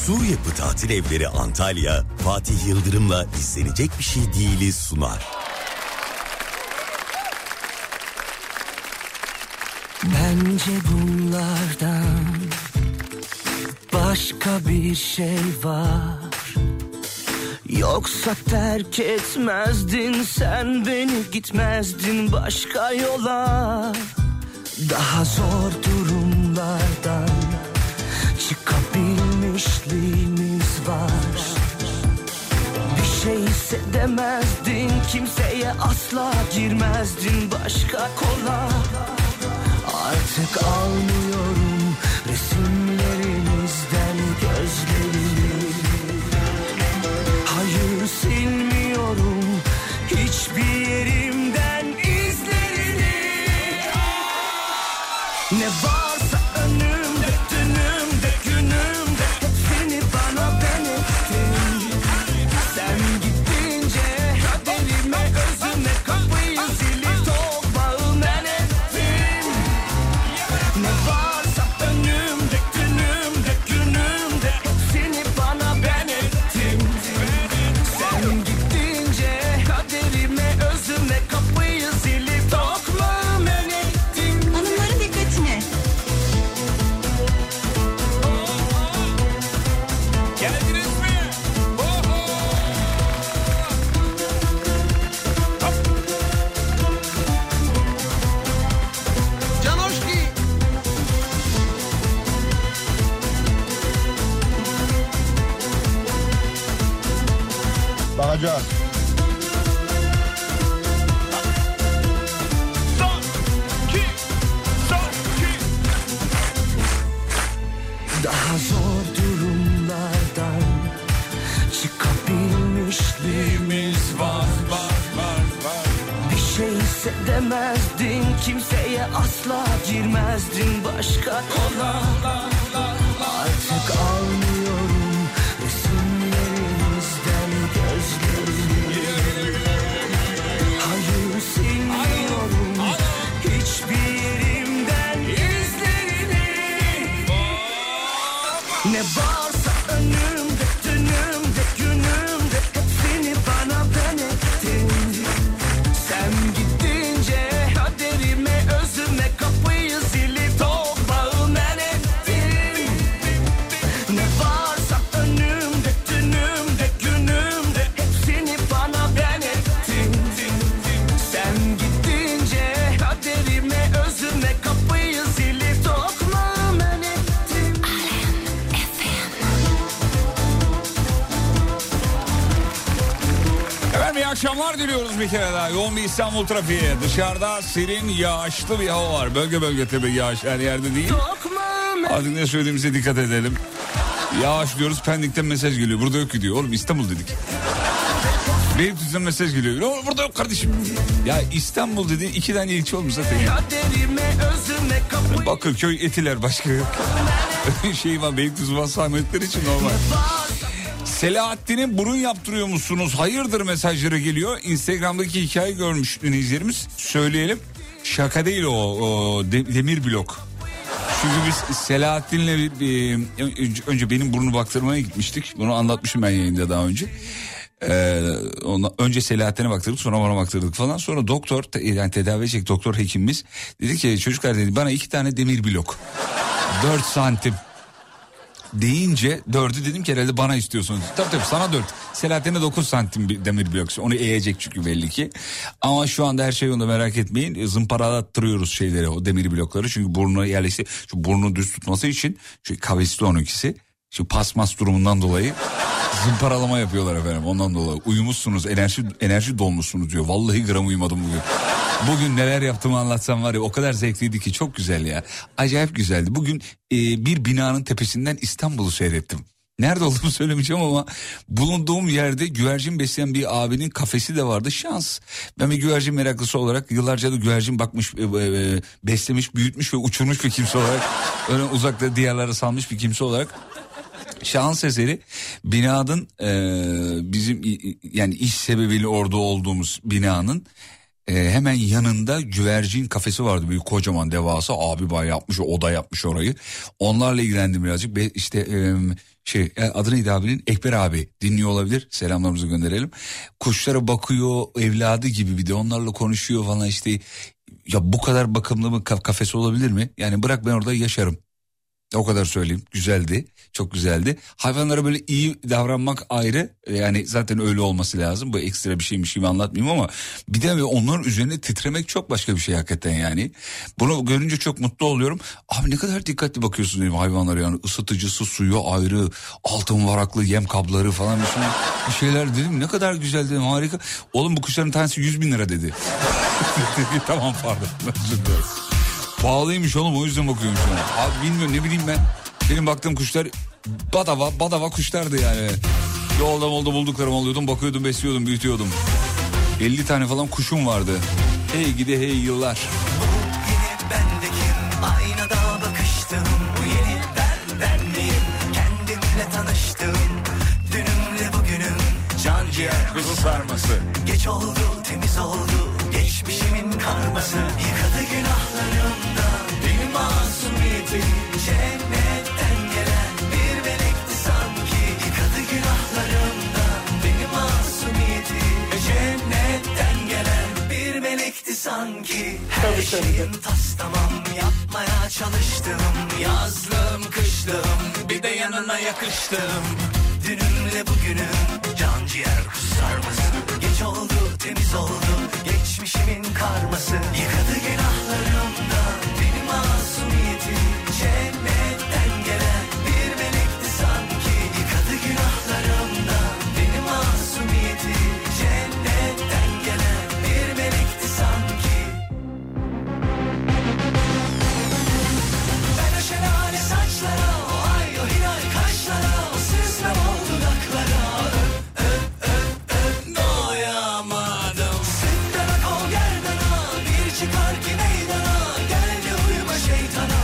Su Yapı Tatil Evleri Antalya, Fatih Yıldırım'la izlenecek bir şey değiliz sunar. Bence bunlardan başka bir şey var. Yoksa terk etmezdin sen beni, gitmezdin başka yola. Daha zor durumlardan çıkabilmişliğimiz var. Bir şey hissedemezdin, kimseye asla girmezdin başka kola. Artık almıyorum resimlerimizden gözlerimi. Hayır, silmiyorum hiçbir yerimden izlerini. Ne varsa önümde, dünümde, günümde hepsini bana ben ettin. Sen gidince kaderime, özüme kapıyı zili toprağı men ettin. Ne varsa önümde, dünümde, günümde hepsini bana ben ettin. Sen gidince kaderime, özüme kapıyı zili toprağı men ettin. Hanımların dikkatine. Geldiniz mi? Oho! Hop! Canoşki! Bakacağız. Son! Ki! Son! Ki! Daha zor durumlardan çıkabilmişliğimiz var. Bir şey hissedemezdin, kimseye asla girmezdin başka kola. Artık almıyorum resimlerimizden gözlerimi. Hayır, silmiyorum hiçbir yerimden izlerini. Ne varsa önümde, dünümde, günümde hepsini bana ben ettin. Sen gidince kaderime, özüme kapıyı zili toprağı men ettin. Ne varsa önümde, dünümde, günümde hepsini bana ben ettin. Sen gidince kaderime, özüme kapıyı zili toprağı men ettin. Efendim iyi akşamlar diliyoruz bir kere daha. Yoğun bir İstanbul trafiği. Dışarıda serin, yağışlı bir hava var. Bölge bölge tabii yağış, her yerde değil. Artık ne söylediğimize dikkat edelim. Yağış diyoruz, Pendik'ten mesaj geliyor. Burada yok ki diyor. Oğlum İstanbul dedik. Beylikdüzü'den mesaj geliyor. Oğlum burada yok kardeşim. Ya İstanbul dediğin 2 tane ilçe olmuş zaten ya. Kaderime, özüme kapıyı Bakırköy, Etiler, başka yok. Şey var, Beylikdüzü var saymadıkları için normal. Selahattin'e burun yaptırıyor musunuz? Hayırdır mesajları geliyor. Instagram'daki hikaye görmüş dinleyicilerimiz. Söyleyelim. Şaka değil o demir blok. Çünkü biz Selahattin'le önce benim burnu baktırmaya gitmiştik. Bunu anlatmışım ben yayında daha önce. Önce Selahattin'e baktırdık, sonra bana baktırdık falan. Sonra doktor, yani tedavi edecek doktor hekimimiz dedi ki çocuklar dedi bana 2 tane demir blok 4 santim deyince 4'ü dedim ki herhalde bana istiyorsunuz. Tabii sana 4. Selahattin'e 9 santim bir demir blok. Onu eğecek çünkü belli ki. Ama şu anda her şey yolunda, merak etmeyin. Zımparattırıyoruz şeyleri, o demir blokları. Çünkü burnuna yerleşti. Şu burnunu düz tutması için şu kavisli onunkisi. Şu pasmas durumundan dolayı zımparalama yapıyorlar efendim. Ondan dolayı uyumuşsunuz, enerji dolmuşsunuz diyor. Vallahi gram uyumadım bugün. Bugün neler yaptığımı anlatsam var ya, o kadar zevkliydi ki, çok güzel ya. Acayip güzeldi. Bugün bir binanın tepesinden İstanbul'u seyrettim. Nerede olduğumu söylemeyeceğim ama bulunduğum yerde güvercin besleyen bir abinin kafesi de vardı. Şans. Ben bir güvercin meraklısı olarak yıllarca da güvercin bakmış, beslemiş, büyütmüş ve uçurmuş bir kimse olarak, öyle uzakta diyarlara salmış bir kimse olarak, şans eseri binanın bizim yani iş sebebiyle orada olduğumuz binanın hemen yanında güvercin kafesi vardı, büyük kocaman devasa, abi bay yapmış, oda yapmış orayı. Onlarla ilgilendim birazcık. İşte adı neydi abinin? Ekber abi dinliyor olabilir. Selamlarımızı gönderelim. Kuşlara bakıyor, evladı gibi, bir de onlarla konuşuyor falan işte. Ya bu kadar bakımlı mı kafesi olabilir mi? Yani bırak ben orada yaşarım. O kadar söyleyeyim. Güzeldi. Çok güzeldi. Hayvanlara böyle iyi davranmak ayrı. Yani zaten öyle olması lazım. Bu ekstra bir şeymiş gibi anlatmayayım ama bir de onların üzerine titremek çok başka bir şey hakikaten yani. Bunu görünce çok mutlu oluyorum. Abi ne kadar dikkatli bakıyorsun dedim hayvanlara yani. Isıtıcısı, suyu ayrı, altın varaklı yem kabları falan bir şeyler dedim. Ne kadar güzel dedim, harika. Oğlum bu kuşların tanesi 100.000 lira dedi. Tamam pardon. Pahalıymış oğlum, o yüzden bakıyorum sana. Abi bilmiyorum, ne bileyim ben. Benim baktığım kuşlar badava kuşlardı yani. Yolda bulduklarım alıyordum, bakıyordum, besliyordum, büyütüyordum. 50 tane falan kuşum vardı. Hey gide hey yıllar. Bu yeni bendekim, aynada bakıştım. Bu yeni ben miyim? Kendimle tanıştım. Dünümle bugünüm, can ciğer Kuzu sarması. geç oldu, temiz oldu. Geçmişimin karması yıkadı günahlarımdan. Benim masumiyetim cennetten gelen bir melekti sanki. Yıkadı günahlarımdan. Benim masumiyetim cennetten gelen bir melekti sanki. Her şeyim tas tamam, yapmaya çalıştım. Yazlım kışlım, bir de yanına yakıştım. Dünümle bugünüm, can ciğer kuzu sarması. Geç oldu, temiz oldu, geçmişimin karması. Yıkadı günahlarımdan, benim masumiyetim cennetten gelen bir melekti sanki. Yıkadı günahlarımdan, benim masumiyetim cennetten gelen bir melekti sanki. Ben o şelale saçlara, o ay o hilal kaşlara, o süslem o dudaklara doyamadım. Sütten ak o gerdana, bir çıkar ki meydana. Gel de uyuma şeytana,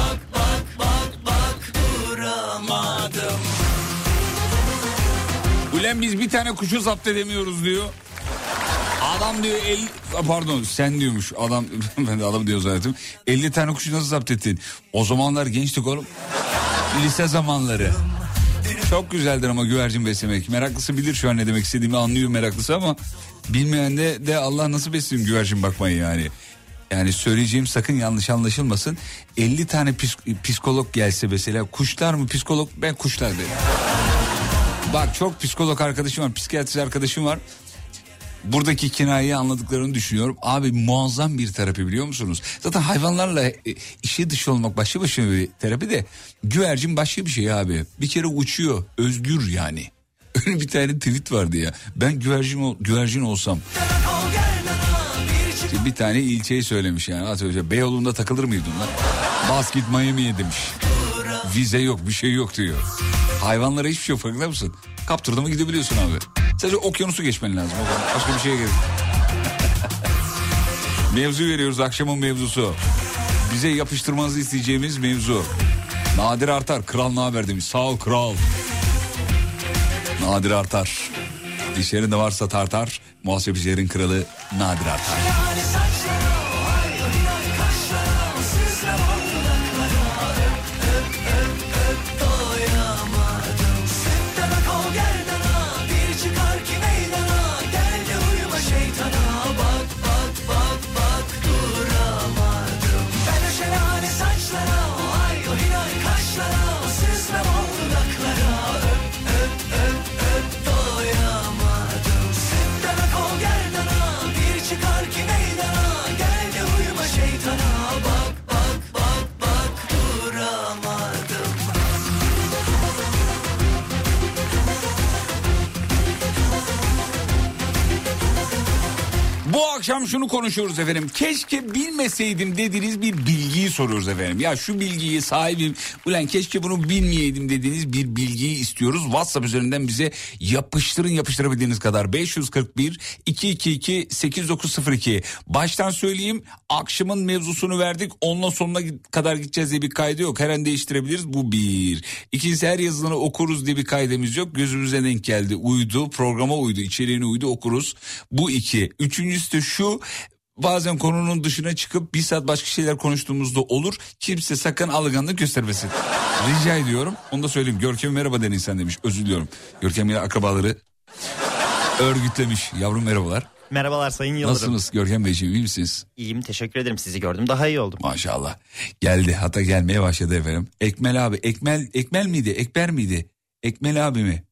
bak duramadım. Ulan biz bir tane kuşu zapt edemiyoruz diyor. Adam diyor pardon sen diyormuş adam, ben de adam diyor zaten. 50 tane kuşu nasıl zapt ettin? O zamanlar gençtik oğlum. Lise zamanları. Çok güzeldir ama güvercin beslemek. Meraklısı bilir şu an ne demek istediğimi, anlıyor meraklısı, ama bilmeyen de Allah nasıl besliyor güvercin bakmayı yani. Yani söyleyeceğim sakın yanlış anlaşılmasın. 50 tane psikolog gelse mesela, kuşlar mı psikolog? Ben kuşlar derim. Bak çok psikolog arkadaşım var, psikiyatrist arkadaşım var. Buradaki kinayeyi anladıklarını düşünüyorum. Abi muazzam bir terapi, biliyor musunuz? Zaten hayvanlarla işi dışı olmak başlı başına bir terapi de, güvercin başka bir şey abi. Bir kere uçuyor, özgür yani. Öyle bir tane tweet vardı ya. Ben güvercin olsam. İşte bir tane ilçeyi söylemiş yani. Atıyor, Beyoğlu'nda takılır mıydın lan? Bas git Miami'ye demiş. Vize yok, bir şey yok diyor. Hayvanlara hiçbir şey yok, farkında mısın? Kaptırdı mı gidebiliyorsun abi. Sadece okyanusu geçmen lazım. Başka bir şeye gerek. Mevzu veriyoruz, akşamın mevzusu. Bize yapıştırmanızı isteyeceğimiz mevzu. Nadir Artar, kral ne haber demiş. Sağ ol kral. Nadir Artar. Dişlerinde varsa tartar. Muhasebecilerin kralı Nadir Artar. Bu akşam şunu konuşuyoruz efendim. Keşke bilmeseydim dediğiniz bir bilgiyi soruyoruz efendim. Ya şu bilgiyi sahibim, ulan keşke bunu bilmeyeydim dediğiniz bir bilgiyi istiyoruz. WhatsApp üzerinden bize yapıştırabildiğiniz kadar. 541 222 8902. Baştan söyleyeyim, akşamın mevzusunu verdik. Onunla sonuna kadar gideceğiz diye bir kaydı yok. Her an değiştirebiliriz, bu bir. İkincisi, her yazılanı okuruz diye bir kaydımız yok. Gözümüze denk geldi, uydu, programa uydu, içeriğine uydu, okuruz. Bu iki. Üçüncüsü de şu: Bazen konunun dışına çıkıp bir saat başka şeyler konuştuğumuzda olur. Kimse sakın alınganlık göstermesin. Rica ediyorum. Onu da söyleyeyim. Görkem merhaba den insan demiş. Özür diliyorum. Görkem ile akrabaları örgütlemiş. Yavrum merhabalar. Merhabalar Sayın Yıldırım. Nasılsınız Görkem Beyciğim, iyi misiniz? İyiyim, teşekkür ederim. Sizi gördüm, daha iyi oldum. Maşallah. Geldi, hatta gelmeye başladı efendim. Ekmel abi, Ekmel miydi, Ekber miydi? Ekmel abi mi?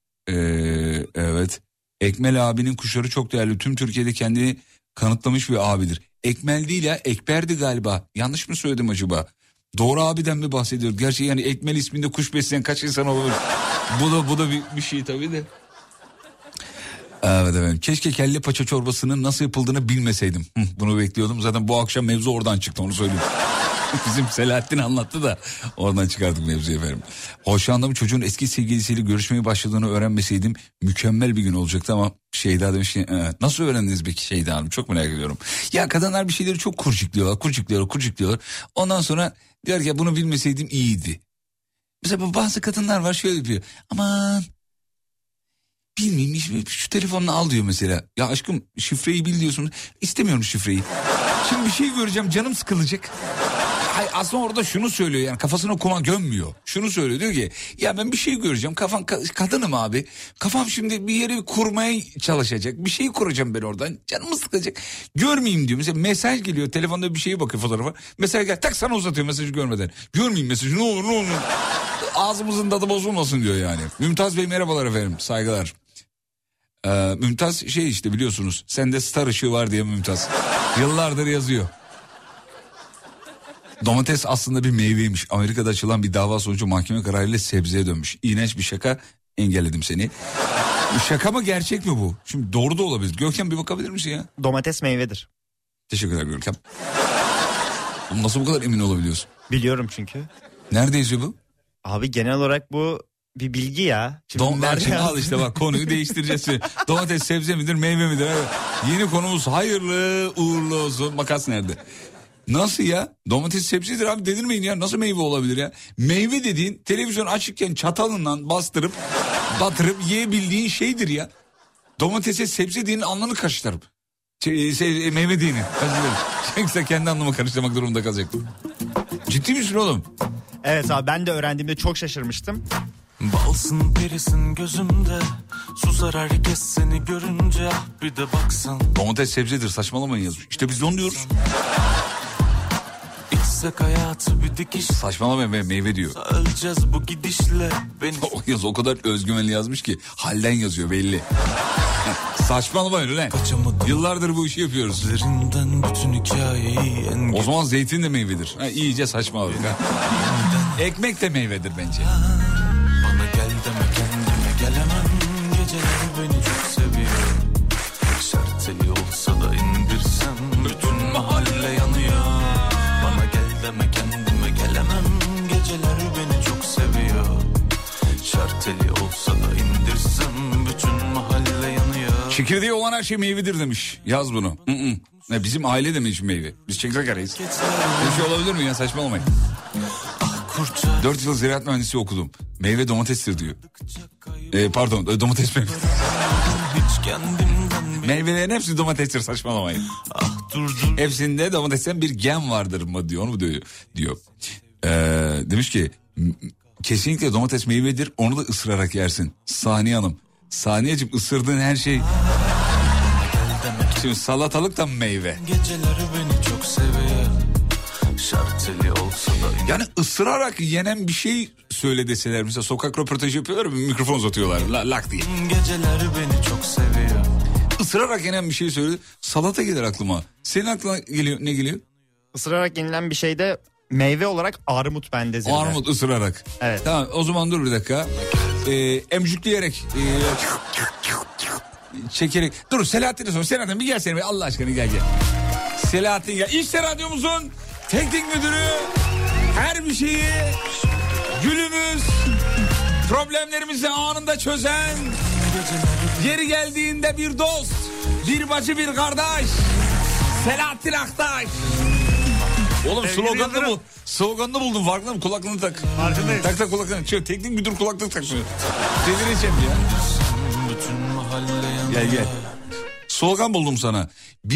Evet. Ekmel abinin kuşları çok değerli. Tüm Türkiye'de kendini kanıtlamış bir abidir. Ekmel değil ya, Ekber'di galiba. Yanlış mı söyledim acaba? Doğru abiden mi bahsediyor? Gerçi yani Ekmel isminde kuş besleyen kaç insan olur? Bu da bir şey tabii de. Evet efendim. Keşke kelle paça çorbasının nasıl yapıldığını bilmeseydim. Bunu bekliyordum. Zaten bu akşam mevzu oradan çıktı, onu söyleyeyim. Bizim Selahattin anlattı da oradan çıkardık mevzuyu efendim. Hoşlandığım çocuğun eski sevgilisiyle görüşmeye başladığını öğrenmeseydim mükemmel bir gün olacaktı ama Şeyda demiş ki nasıl öğrendiniz peki Şeyda Hanım, çok merak ediyorum. Ya kadınlar bir şeyleri çok kurcukluyorlar. Ondan sonra diyor ki ya bunu bilmeseydim iyiydi. Mesela bazı kadınlar var şöyle diyor, aman bilmeyeyim şu telefonunu al diyor mesela. Ya aşkım şifreyi bil diyorsun. İstemiyorum şifreyi. Şimdi bir şey göreceğim, canım sıkılacak. Hayır, aslında orada şunu söylüyor, yani kafasına kuma gömmüyor. Şunu söylüyor, diyor ki ya ben bir şey göreceğim, kafam kadınım abi. Kafam şimdi bir yeri kurmaya çalışacak. Bir şey kuracağım ben oradan, canımı sıkılacak. Görmeyeyim diyor. Mesela mesaj geliyor, telefonda bir şeye bakıyor, fotoğrafa. Mesaj gel, tak sana uzatıyor mesajı görmeden. Görmeyeyim mesajı, ne olur. Ağzımızın tadı bozulmasın diyor yani. Mümtaz Bey merhabalar efendim, saygılar. Mümtaz işte biliyorsunuz, sende star ışığı var diye Mümtaz yıllardır yazıyor. Domates aslında bir meyveymiş. Amerika'da açılan bir dava sonucu mahkeme kararıyla sebzeye dönmüş. İğrenç bir şaka, engelledim seni. Şaka mı gerçek mi bu? Şimdi doğru da olabilir. Görkem bir bakabilir misin ya? Domates meyvedir. Teşekkürler Görkem. Nasıl bu kadar emin olabiliyorsun? Biliyorum çünkü. Nerede yazıyor bu? Abi genel olarak bu bir bilgi ya. Şimdi al işte bak, konuyu değiştireceğiz. Domates sebze midir meyve midir? Evet. Yeni konumuz hayırlı uğurlu olsun. Makas nerede? Nasıl ya? Domates sebzedir abi, dedirmeyin ya. Nasıl meyve olabilir ya? Meyve dediğin televizyon açıkken çatalından batırıp yiyebildiğin şeydir ya. Domatese sebze diyenin anlamını karıştırıp. Meyve diyenin. Yoksa kendi anlamı karıştırmak durumunda kalacaktım. Ciddi misin oğlum? Evet abi, ben de öğrendiğimde çok şaşırmıştım. Balsın perisin gözümde, susar herkes seni görünce, bir de baksan. Domates sebzedir, saçmalamayın yazmış. İşte biz de onu diyoruz. İçsek hayatı bir dikiş. Saçmalamayın, meyve diyor. Öleceğiz bu gidişle. O kadar özgüvenli yazmış ki halden yazıyor belli. Saçmalamayın ulan. Yıllardır bu işi yapıyoruz. O zaman zeytin de meyvedir. İyice saçmaladık. Ekmek de meyvedir bence. Bana gel deme, kendime gelemem. Geceler beni çok seviyor. Şarteli olsa da indirsem bütün mahalle yanıyor. Bana gel deme, kendime gelemem. Geceler beni çok seviyor. Şarteli olsa da indirsem bütün mahalle yanıyor. Çekirdeği olan her şey meyvedir demiş. Yaz bunu. Bizim aile demiş meyve. Biz çekirdek arayız. Bir şey olabilir mi ya, saçmalamayın. 4 yıl ziraat mühendisi okudum. Meyve domatestir diyor. Pardon, domates meyve. Meyvelerin hepsi domatestir, saçmalamayın. Hepsinde domatesten bir gen vardır mı diyor, onu mu diyor. Demiş ki kesinlikle domates meyvedir, onu da ısırarak yersin. Saniye Hanım. Saniyeciğim, ısırdığın her şey. Şimdi salatalık da meyve. Geceleri beni çok seviyor. Şarteli olsa da. Yani ısırarak yenen bir şey söyle deseler, mesela sokak röportajı yapıyorlar, bir mikrofon uzatıyorlar lak diye. Geceleri beni çok seviyor. Isırarak yenen bir şey söyle, salata gelir aklıma. Senin aklına ne geliyor? Isırarak yenilen bir şeyde meyve olarak armut bende zirve. Armut ısırarak. Evet. Tamam, o zaman dur bir dakika. Emcükleyerek çekerek. Dur, Selahattin'e sor. Selahattin bir gel, seni Allah aşkına gel. Selahattin gel. İşte radyomuzun teknik müdürü, her bir şeyi, gülümüz, problemlerimizi anında çözen, yeri geldiğinde bir dost, bir bacı, bir kardeş, Selahattin Aktaş. Oğlum sloganını buldum, farkında mı? Kulaklığını tak. Farkındayım. Tak kulaklığını. Teknik müdür kulaklık takmıyor. Delireceğim ya. Gel. Slogan buldum sana.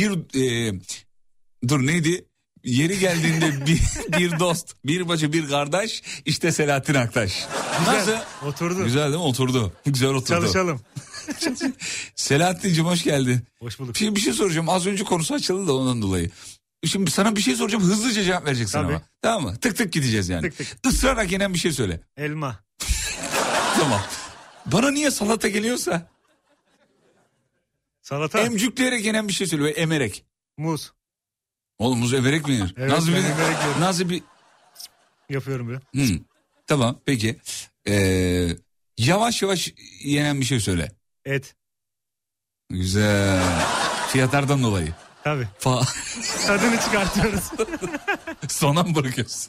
Dur neydi? Yeri geldiğinde bir dost, bir bacı, bir kardeş, işte Selahattin Aktaş. Güzel, nasıl? oturdu. Güzel değil mi? Oturdu. Güzel oturdu. Çalışalım. Selahattin'cim hoş geldin. Hoş bulduk. Bir şey soracağım. Az önce konusu açıldı da ondan dolayı. Şimdi sana bir şey soracağım. Hızlıca cevap vereceksin Tabii. ama. Tamam mı? Tık tık gideceğiz yani. Tık tık. Isrararak yenen bir şey söyle. Elma. Tamam. Bana niye salata geliyorsa? Salata. Emcükleyerek yenen bir şey söyle. Böyle emerek. Muz. Oğlum muz emerek mi yenir? Evet, nasıl ben bir... emerek yiyorum. Nasıl bir... Yapıyorum böyle. Tamam peki. Yavaş yavaş yenen bir şey söyle. Et. Güzel. Fiyatlardan dolayı. Tabii. Fa... Tadını çıkartıyoruz. Sona mı bırakıyorsun?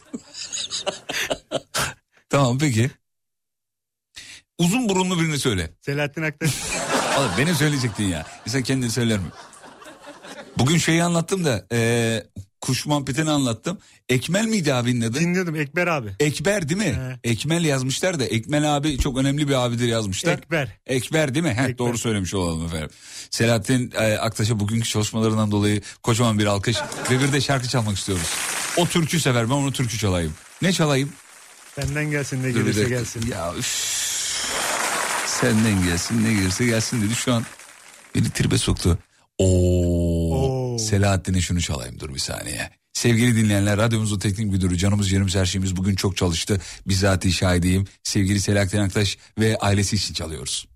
Tamam peki. Uzun burunlu birini söyle. Selahattin Aktaş. Oğlum beni söyleyecektin ya. Sen kendini söyler mi? Bugün şeyi anlattım da kuş muhabbetini anlattım. Ekmel miydi abinin adı? Dinliyordum Ekber abi. Ekber değil mi? He. Ekmel yazmışlar da Ekmel abi çok önemli bir abidir yazmışlar. Ekber. Ekber değil mi? Ekber. Doğru söylemiş olalım efendim. Selahattin Aktaş'a bugünkü çalışmalarından dolayı kocaman bir alkış ve bir de şarkı çalmak istiyoruz. O türkü sever, ben onu türkü çalayım. Ne çalayım? Senden gelsin ne Dur bir gelirse dakika. gelsin. Ya senden gelsin ne gelirse gelsin dedi, şu an beni tribe soktu. Oo. Selahattin'e şunu çalayım, dur bir saniye. Sevgili dinleyenler, radyomuzun teknik müdürü, canımız yerimiz her şeyimiz bugün çok çalıştı. Bizzati şahidiyim. Sevgili Selahattin Aktaş ve ailesi için çalıyoruz.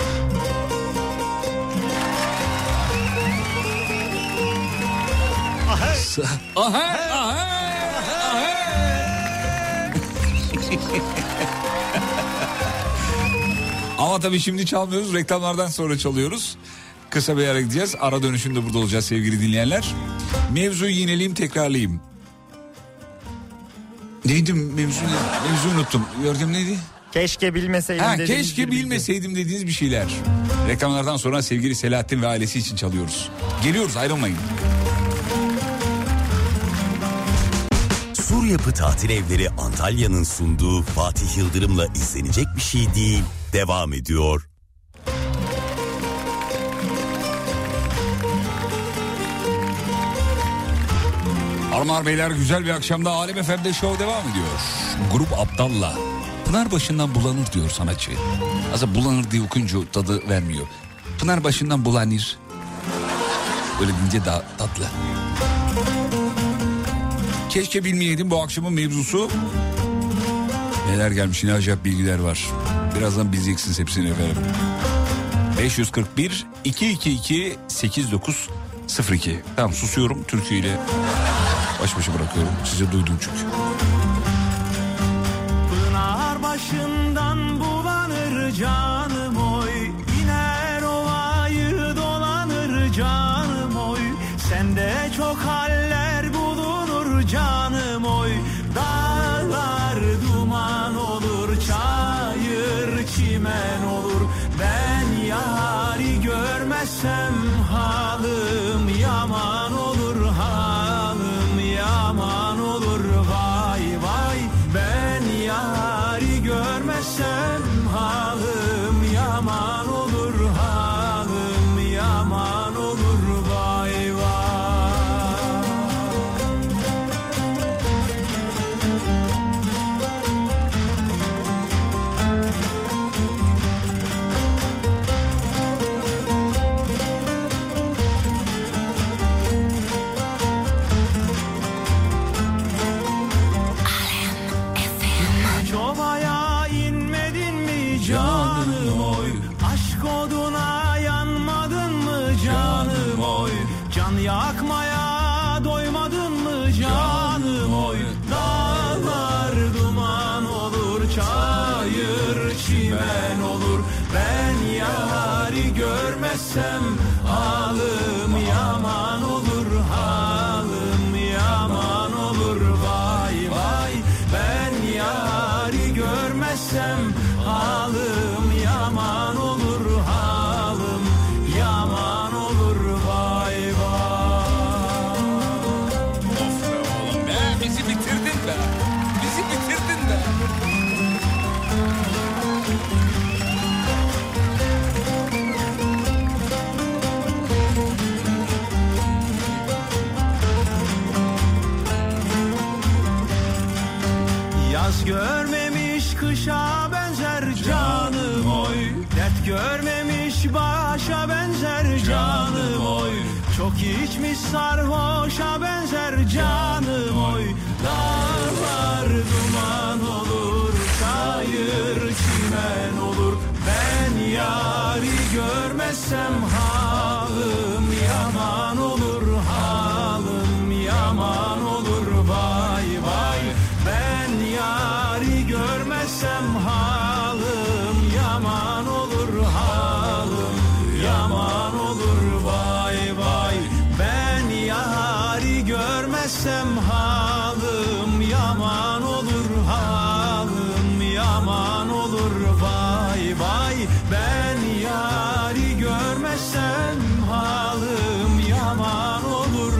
Ama tabii şimdi çalmıyoruz, reklamlardan sonra çalıyoruz. Kısa bir ara gideceğiz. Ara dönüşünde burada olacağız sevgili dinleyenler. Mevzuyu yineleyeyim, tekrarlayayım. Neydi mevzuyu unuttum. Görkem neydi? Keşke bilmeseydim dediğiniz Keşke bir bilgi. bilmeseydim dediğiniz bir şeyler. Reklamlardan sonra sevgili Selahattin ve ailesi için çalıyoruz. Geliyoruz, ayrılmayın. Sur Yapı Tatil Evleri Antalya'nın sunduğu Fatih Yıldırım'la izlenecek bir şey değil devam ediyor. Hanımlar beyler, güzel bir akşamda Alem FM'de show devam ediyor. Grup Aptal'la Pınarbaşı'ndan bulanır diyor sanatçı. Aslında bulanır diye okunca tadı vermiyor. Pınarbaşı'ndan bulanır. Öyle deyince daha tatlı. Keşke bilmeyeydim, bu akşamın mevzusu. Neler gelmiş, ne acayip bilgiler var. Birazdan bileceksiniz hepsini efendim. 541 222 8902. Tamam, susuyorum, türküyle baş başa bırakıyorum. Size duydum çünkü. Pınar başından bulanır canım oy, iner ovayı dolanır canım oy. Sende çok haller bulunur canım oy. Dağlar duman olur, çayır çimen olur. Ben yari görmezsem halim yaman olur, halim yaman olur. Vay vay, ben yari görmezsem halim yaman olur, halim yaman olur. Vay vay. Hiç ovaya inmedin mi canım oy? Aşk oduna yanmadın mı canım oy? Can yakmaya doymadın mı canım oy? Dağlar duman olur, çayır çimen olur. Ben yari görmezsem halim yaman olur, halim yaman olur. Vay vay, ben yari görmezsem halim yaman olur, halim yaman olur. Vay vay. Of be oğlum be, bizi bitirdin be. Bizi bitirdin be. görmemiş başa benzer canım oy. Çok içmiş sarhoşa benzer canım oy. Dağlar duman olur, çayır çimen olur. Ben yari görmezsem halim yaman olur, halim yaman olur. Vay vay, ben yari görmezsem halim yaman olur, halim yaman olur. Vay vay, ben yari görmezsem halim yaman olur, halim yaman olur. Vay vay, ben yari görmezsem halim yaman olur,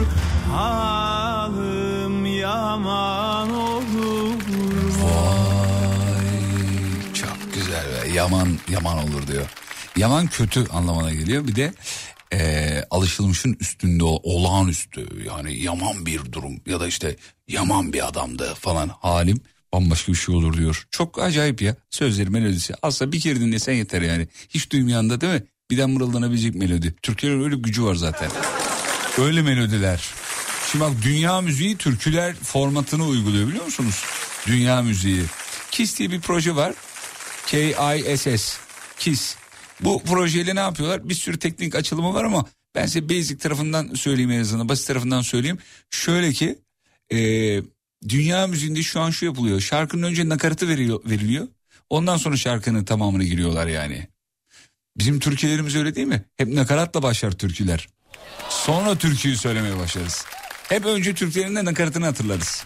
halim yaman olur. Vay, çok güzel be. Yaman olur diyor. Yaman kötü anlamına geliyor. Bir de alışılmışın üstünde, olağanüstü, yani yaman bir durum ya da işte yaman bir adamdı falan, halim bambaşka bir şey olur diyor. Çok acayip ya, sözleri, melodisi. Aslında bir kere dinlesen yeter yani. Hiç duymayan da değil mi? Birden mırıldanabilecek melodi. Türklerin öyle bir gücü var zaten. Öyle melodiler. Şimdi bak, dünya müziği türküler formatını uyguluyor, biliyor musunuz? Dünya müziği. KISS diye bir proje var. KISS. KISS. Bu projeyle ne yapıyorlar? Bir sürü teknik açılımı var ama ben size basic tarafından söyleyeyim, en azından basit tarafından söyleyeyim. Şöyle ki dünya müziğinde şu an şu yapılıyor. Şarkının önce nakaratı veriliyor. Ondan sonra şarkının tamamını giriyorlar yani. Bizim türkülerimiz öyle değil mi? Hep nakaratla başlar türküler. Sonra türküyü söylemeye başlarız. Hep önce Türklerin de nakaratını hatırlarız.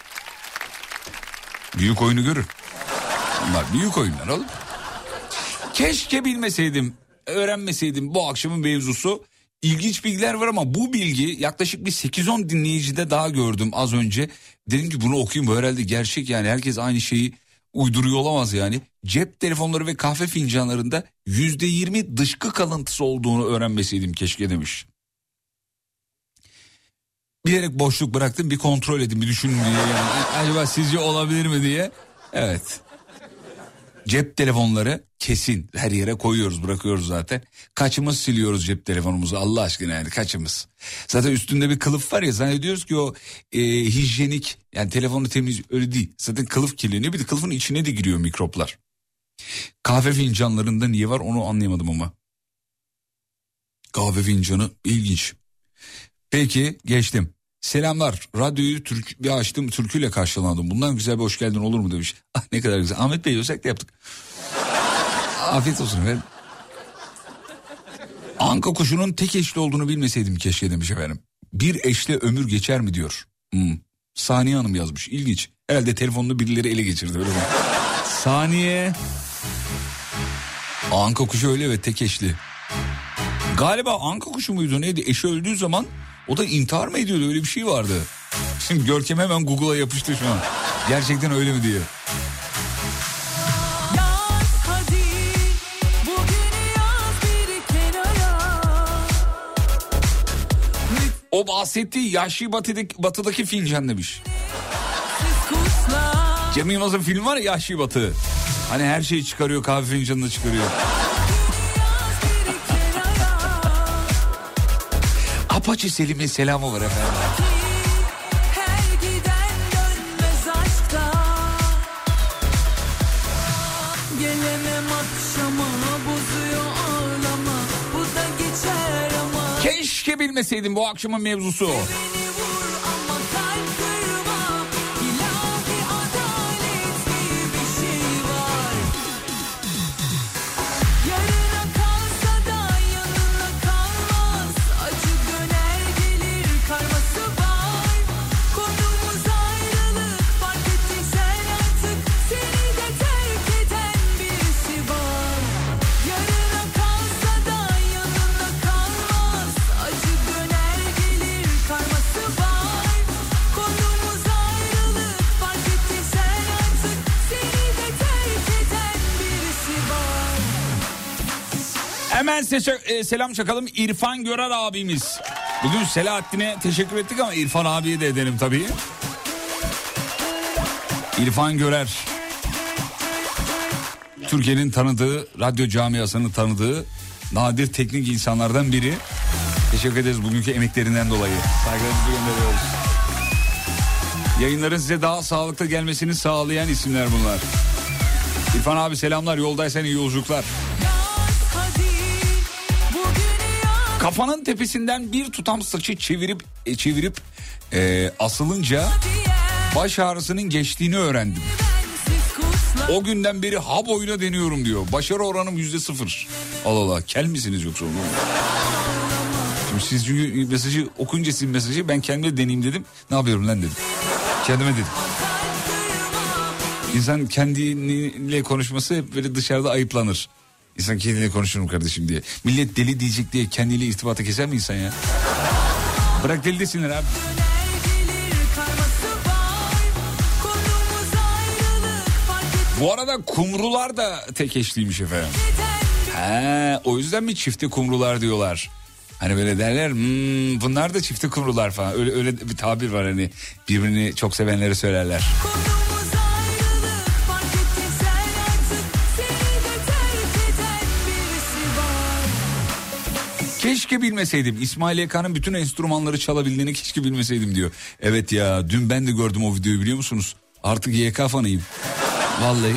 Büyük oyunu görür. Bunlar büyük oyunlar oğlum. Keşke bilmeseydim, öğrenmeseydim bu akşamın mevzusu. İlginç bilgiler var ama bu bilgi yaklaşık bir 8-10 dinleyicide daha gördüm az önce. Dedim ki bunu okuyayım, bu herhalde gerçek yani, herkes aynı şeyi uyduruyor olamaz yani. Cep telefonları ve kahve fincanlarında %20 dışkı kalıntısı olduğunu öğrenmeseydim keşke demiş. Bilerek boşluk bıraktım, bir kontrol edin, bir düşünün diye yani. Acaba sizce olabilir mi diye. Evet. Cep telefonları kesin her yere koyuyoruz, bırakıyoruz zaten. Kaçımız siliyoruz cep telefonumuzu Allah aşkına, yani kaçımız. Zaten üstünde bir kılıf var ya, zannediyoruz ki o hijyenik, yani telefonu temiz, öyle değil. Zaten kılıf kirleniyor, bir de kılıfın içine de giriyor mikroplar. Kahve fincanlarında niye var onu anlayamadım ama. Kahve fincanı ilginç. Peki geçtim. Selamlar, radyoyu bir açtım, türküyle karşılandım. Bundan güzel bir hoş geldin olur mu demiş. Ah ne kadar güzel. Ahmet Bey özellikle yaptık. Afiyet olsun efendim. Anka kuşunun tek eşli olduğunu bilmeseydim keşke demiş efendim. Bir eşle ömür geçer mi diyor. Saniye Hanım yazmış, ilginç. Herhalde telefonunu birileri ele geçirdi öyle mi? Saniye. Anka kuşu öyle ve tek eşli. Galiba anka kuşu muydu neydi, eşi öldüğü zaman o da intihar mı ediyordu, öyle bir şey vardı. Şimdi Görkem hemen Google'a yapıştı şu an. Gerçekten öyle mi diye. O bahsettiği Yahşi Batı'daki fincan demiş. Cem Yılmaz'ın filmi var ya, Yahşi Batı. Hani her şeyi çıkarıyor, kahve fincanını çıkarıyor. Apache Selim'in selamı var efendim. Keşke bilmeseydim bu akşamın mevzusu. Hemen selam çakalım İrfan Görer abimiz. Bugün Selahattin'e teşekkür ettik ama İrfan abiye de edelim tabii. İrfan Görer. Türkiye'nin tanıdığı, radyo camiasının tanıdığı nadir teknik insanlardan biri. Teşekkür ederiz bugünkü emeklerinden dolayı. Saygılarımızı gönderiyoruz. Yayınların size daha sağlıklı gelmesini sağlayan isimler bunlar. İrfan abi selamlar, yoldaysan iyi yolculuklar. Kafanın tepesinden bir tutam saçı çevirip asılınca baş ağrısının geçtiğini öğrendim. O günden beri ha boyuna deniyorum diyor. Başarı oranım %0. Allah Allah, kel misiniz yoksa? Şimdi siz çünkü mesajı okuyunca sizin mesajı ben kendime deneyeyim dedim. Ne yapıyorum lan dedim. Kendime dedim. İnsan kendiyle konuşması hep böyle dışarıda ayıplanır. İnsan kendiyle konuşur mu kardeşim diye. Millet deli diyecek diye kendiyle irtibatı keser mi insan ya? Bırak deli desinler abi. Bu arada kumrular da tek eşliymiş efendim. O yüzden mi çifte kumrular diyorlar? Hani böyle derler bunlar da çifte kumrular falan. Öyle bir tabir var, hani birbirini çok sevenleri söylerler. Keşke bilmeseydim. İsmail YK'nın bütün enstrümanları çalabildiğini keşke bilmeseydim diyor. Evet ya, dün ben de gördüm o videoyu, biliyor musunuz? Artık YK fanıyım. Vallahi.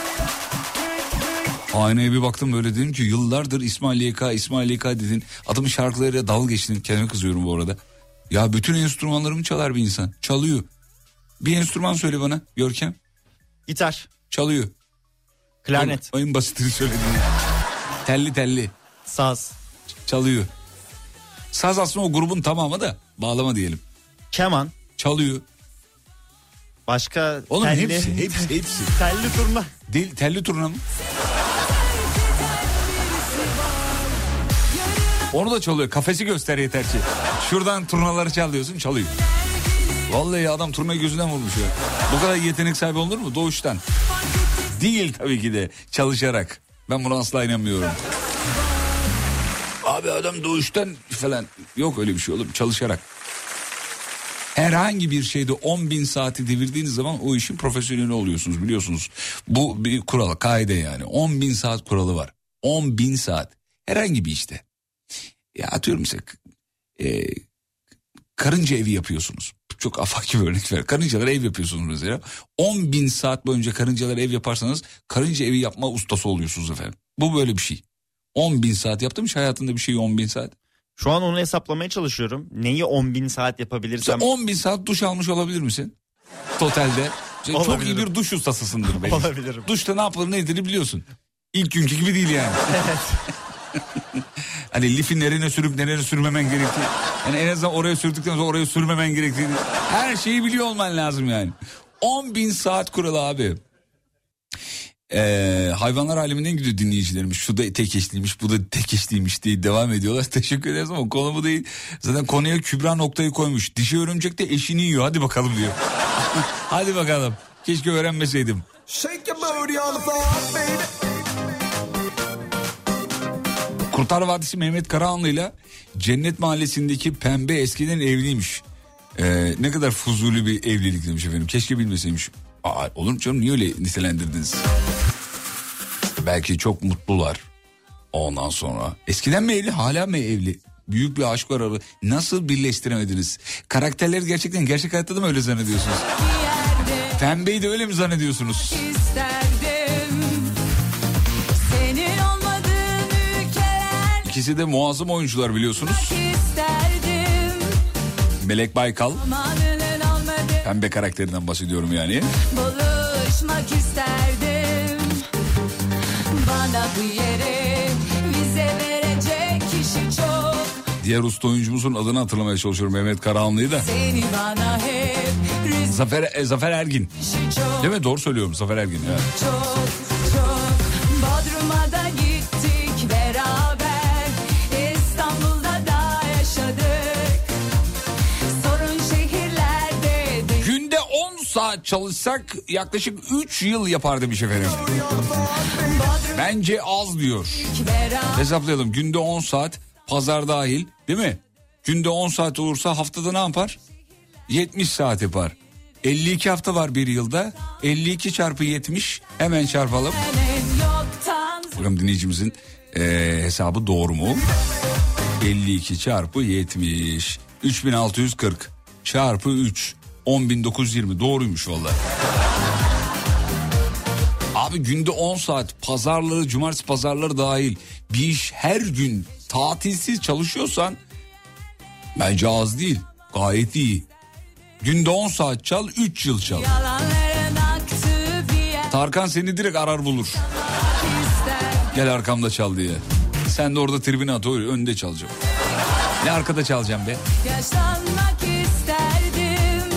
Aynaya bir baktım böyle, dedim ki yıllardır İsmail YK dedin. Adamın şarkılarıyla dalga geçtim. Kendime kızıyorum bu arada. Ya bütün enstrümanlarımı çalar bir insan. Çalıyor. Bir enstrüman söyle bana Görkem. Gitar. Çalıyor. Klarnet. En basitini söyledim. Telli. Saz. Çalıyor. Saz aslında o grubun tamamı da bağlama diyelim. Keman. Çalıyor. Başka oğlum telli. hepsi. Telli turna. Değil, telli turna mı? Onu da çalıyor. Kafesi göster yeter ki. Şuradan turnaları çalıyorsun, çalıyor. Vallahi adam turnayı gözünden vurmuş ya. Bu kadar yetenek sahibi olur mu doğuştan? Değil tabii ki de, çalışarak. Ben buna asla inanmıyorum. Abi adam doğuştan falan. Yok öyle bir şey oğlum, çalışarak. Herhangi bir şeyde 10.000 saati devirdiğiniz zaman o işin profesyoneli oluyorsunuz, biliyorsunuz. Bu bir kural, kaide yani. 10.000 saat kuralı var. 10.000 saat. Herhangi bir işte. Ya atıyorum mesela karınca evi yapıyorsunuz. Çok afaki bir örnek ver. Karıncalara ev yapıyorsunuz mesela. 10.000 saat boyunca karıncalara ev yaparsanız karınca evi yapma ustası oluyorsunuz efendim. Bu böyle bir şey. 10.000 saat yaptım hiç hayatında bir şeyi 10.000 saat. Şu an onu hesaplamaya çalışıyorum. Neyi 10.000 saat yapabilirsem. 10.000 saat duş almış olabilir misin? Totalde. Çok iyi bir duş ustasısındır belki. Olabilirim. Duşta ne yapılır nedir biliyorsun. İlk günkü gibi değil yani. Evet. Hani lifi nereye sürüp nereye sürmemen gerektiği. Yani en azından oraya sürdükten sonra oraya sürmemen gerektiğini. Her şeyi biliyor olman lazım yani. 10.000 saat kuralı abi. Hayvanlar aleminden gidiyor dinleyicilerimiz. Şu da tek eşliymiş, bu da tek eşliymiş diye devam ediyorlar. Teşekkür ederiz ama konu bu değil. Zaten konuya Kübra noktayı koymuş. Dişi örümcek de eşini yiyor. Hadi bakalım diyor. Hadi bakalım. Keşke öğrenmeseydim. Kurtlar Vadisi Mehmet Karahanlı'yla Cennet Mahallesi'ndeki Pembe eskiden evliymiş. Ne kadar fuzuli bir evlilik demiş efendim. Keşke bilmeseymiş. Olur mu canım, niye öyle nitelendirdiniz? Belki çok mutlular. Ondan sonra eskiden mi evli, hala mı evli? Büyük bir aşk var arada. Nasıl birleştiremediniz? Karakterleri gerçekten gerçek hayatta da mı öyle zannediyorsunuz? Pembeyi de öyle mi zannediyorsunuz? İkisi de muazzam oyuncular biliyorsunuz. Melek Baykal. Pembe karakterinden bahsediyorum yani. Buluşmak isterdim. Bana bu yere vize verecek kişi çok. Diğer usta oyuncumuzun adını hatırlamaya çalışıyorum, Mehmet Karahanlı'yı da. Seni bana hep Zafer Ergin. Değil mi? Doğru söylüyorum, Zafer Ergin. Yani. Çok Bodrum'a da gittik beraber. İstanbul'da da yaşadık. Sorun şehirlerde değil. Günde 10 saat çalışsak yaklaşık 3 yıl yapar demiş efendim. Bence az diyor. Hesaplayalım, günde 10 saat pazar dahil değil mi? Günde 10 saat olursa haftada ne yapar? 70 saat yapar. 52 hafta var bir yılda. 52 çarpı 70 hemen çarpalım. bakalım dinleyicimizin hesabı doğru mu? 52 çarpı 70 3640 çarpı 3 10.920 doğruymuş vallahi. Abi günde 10 saat pazarları, cumartesi pazarları dahil bir iş her gün tatilsiz çalışıyorsan bence az değil, gayet iyi. Günde 10 saat çal, 3 yıl çal. Tarkan seni direkt arar bulur. Gel arkamda çal diye. Sen de orada tribüne at, önde çalacağım. Ne arkada çalacağım be? Yaşlanmak isterdim.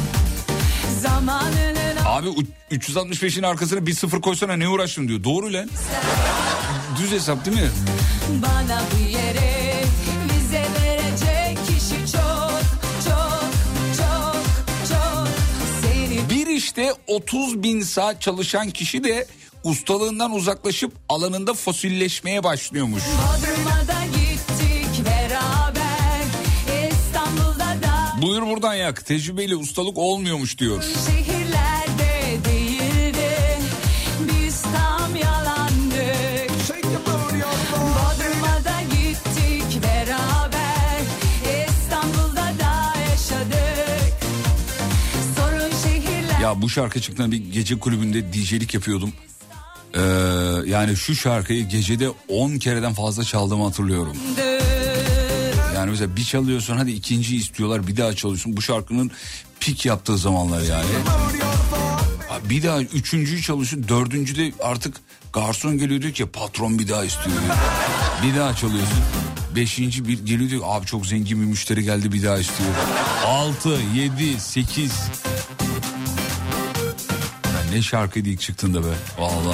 Abi 365'in arkasına bir sıfır koysana, ne uğraştın diyor. Doğru lan. Düz hesap değil mi? Bana bu yere vize verecek kişi çok çok çok çok seni. Bir işte 30.000 saat çalışan kişi de ustalığından uzaklaşıp alanında fosilleşmeye başlıyormuş. Bodrum'a da gittik beraber, İstanbul'da da. Buyur buradan yak. Tecrübeyle ustalık olmuyormuş diyor. Şehirlerde değildi, biz tam yalandık. Bodrum'a da gittik beraber, İstanbul'da da yaşadık. Sorun şehirler. Ya bu şarkı çıktığında bir gece kulübünde DJ'lik yapıyordum. Yani şu şarkıyı gecede 10 kereden fazla çaldığımı hatırlıyorum. Yani mesela bir çalıyorsun, hadi ikinciyi istiyorlar, bir daha çalıyorsun. Bu şarkının pik yaptığı zamanlar yani. Bir daha üçüncüyü çalıyorsun, dördüncüde artık garson geliyor diyor ki patron bir daha istiyor diyor. Bir daha çalıyorsun. Beşinci bir geliyor diyor abi çok zengin bir müşteri geldi, bir daha istiyor. 6, 7, 8. Ya ne şarkıydı ilk çıktığında be. Vallahi.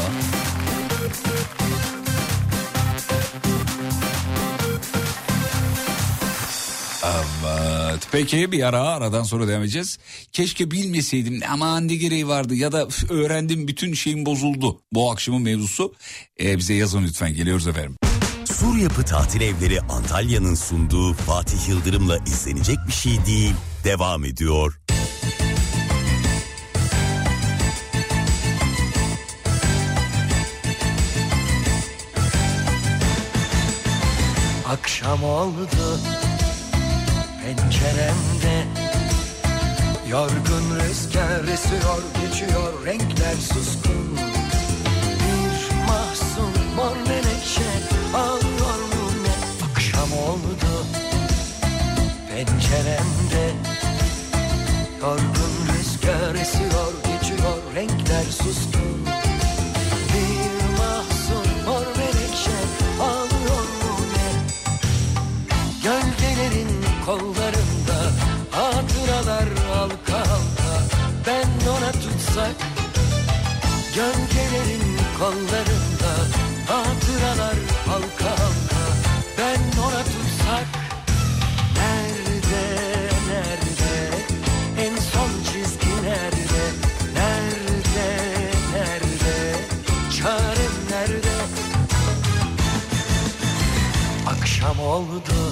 Evet. Peki bir aradan sonra devam edeceğiz. Keşke bilmeseydim, aman ne gereği vardı ya da öğrendim bütün şeyim bozuldu. Bu akşamın mevzusu. Bize yazın lütfen, geliyoruz efendim. Sur Yapı Tatil Evleri Antalya'nın sunduğu Fatih Yıldırım'la izlenecek bir şey değil devam ediyor. Akşam oldu penceremde, yorgun rüzgar esiyor geçiyor, renkler suskun. Bir mahzun mor menekşe ağlıyor mu ne? Akşam oldu penceremde, yorgun rüzgar esiyor geçiyor, renkler suskun. Bir mahzun mor menekşe ağlıyor mu ne? Gölgelerin kollarında hatıralar halka halka, ben ona tutsak. Gölgelerin kollarında hatıralar halka halka, ben ona tutsak. Nerede, nerede, en son çizgi nerede? Nerede, nerede, çarem nerede? Akşam oldu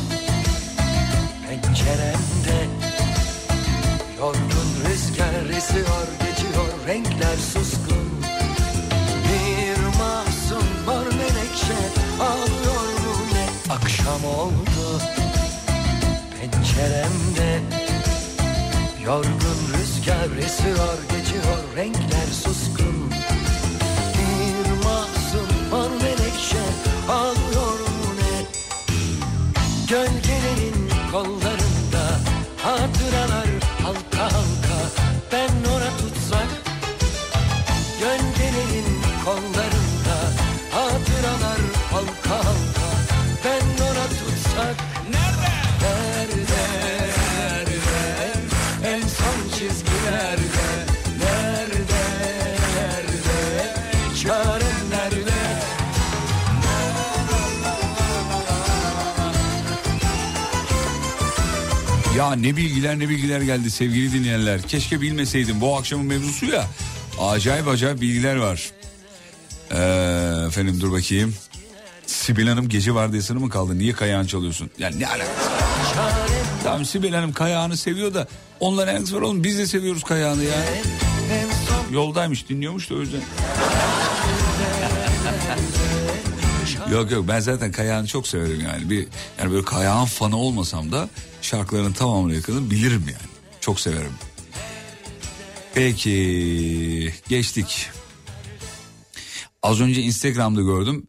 penceremde, yorgun rüzgar esiyor geçiyor, renkler suskun. Bir mahzun mor menekşe ağlıyor mu ne? Akşam oldu penceremde, yorgun rüzgar esiyor geçiyor, renkler suskun. Bir mahzun mor menekşe ağlıyor mu ne? Gölgelerin kollarında hatıralar halka halka, ben ona tutsak. Gölgelerin kollarında hatıralar halka halka, ben ona tutsak. Nerede? Nerede? Nerede? En son çizgi nerede? Nerede? Nerede? Çarem nerede? Ya ne bilgiler geldi sevgili dinleyenler. Keşke bilmeseydim, bu akşamın mevzusu ya. Acayip bilgiler var. Efendim dur bakayım. Sibel Hanım gece vardiyasını mı kaldı? Niye kayağını çalıyorsun? Yani ne alakası? Tamam, Sibel Hanım kayağını seviyor da onunla ne alakası var oğlum? Biz de seviyoruz kayağını ya. Yoldaymış, dinliyormuş da o yüzden. Yok ben zaten Kayağan'ı çok severim yani. Yani böyle Kayağan fanı olmasam da şarkılarının tamamını yakını bilirim yani. Çok severim. Peki geçtik. Az önce Instagram'da gördüm.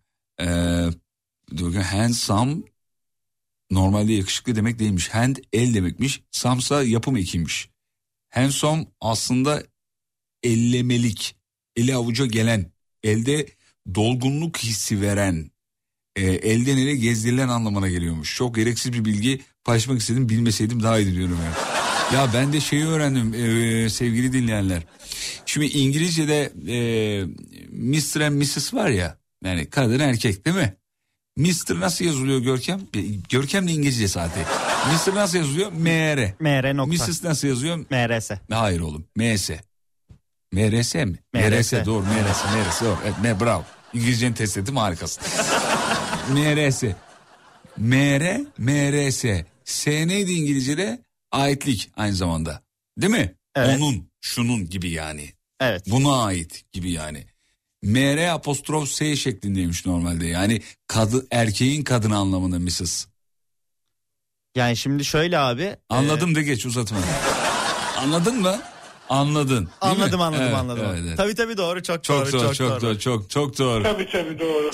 Handsome normalde yakışıklı demek değilmiş. Hand el demekmiş. Samsa yapım ekiymiş. Handsome aslında ellemelik. Eli avuca gelen. Elde dolgunluk hissi veren. Elden ele gezdirilen anlamına geliyormuş. Çok gereksiz bir bilgi paylaşmak istedim. Bilmeseydim daha iyi diyorum yani. Ya ben de şeyi öğrendim sevgili dinleyenler. Şimdi İngilizce'de Mr. and Mrs. var ya. Yani kadın erkek değil mi? Mr. nasıl yazılıyor Görkem? Görkem de İngilizce zaten. Mr. nasıl yazılıyor? M-R. M-R nokta. Mrs. nasıl yazıyor? M-R-S. Hayır oğlum. M-S. M-R-S mi? M-R-S. Doğru. M-R-S doğru. Evet, bravo. İngilizceni test ettim, harikasın. M-R-S. M-R, M-R-S. S neydi İngilizce'de? Aitlik aynı zamanda. Değil mi? Evet. Onun, şunun gibi yani. Evet. Buna ait gibi yani. M-R apostrof S şeklindeymiş normalde. Yani erkeğin kadını anlamında Mrs. Yani şimdi şöyle abi. Anladım de geç, uzatma. Anladın mı? Anladın. Anladım. Evet. Tabii doğru, çok doğru. doğru. Çok doğru. Tabii doğru.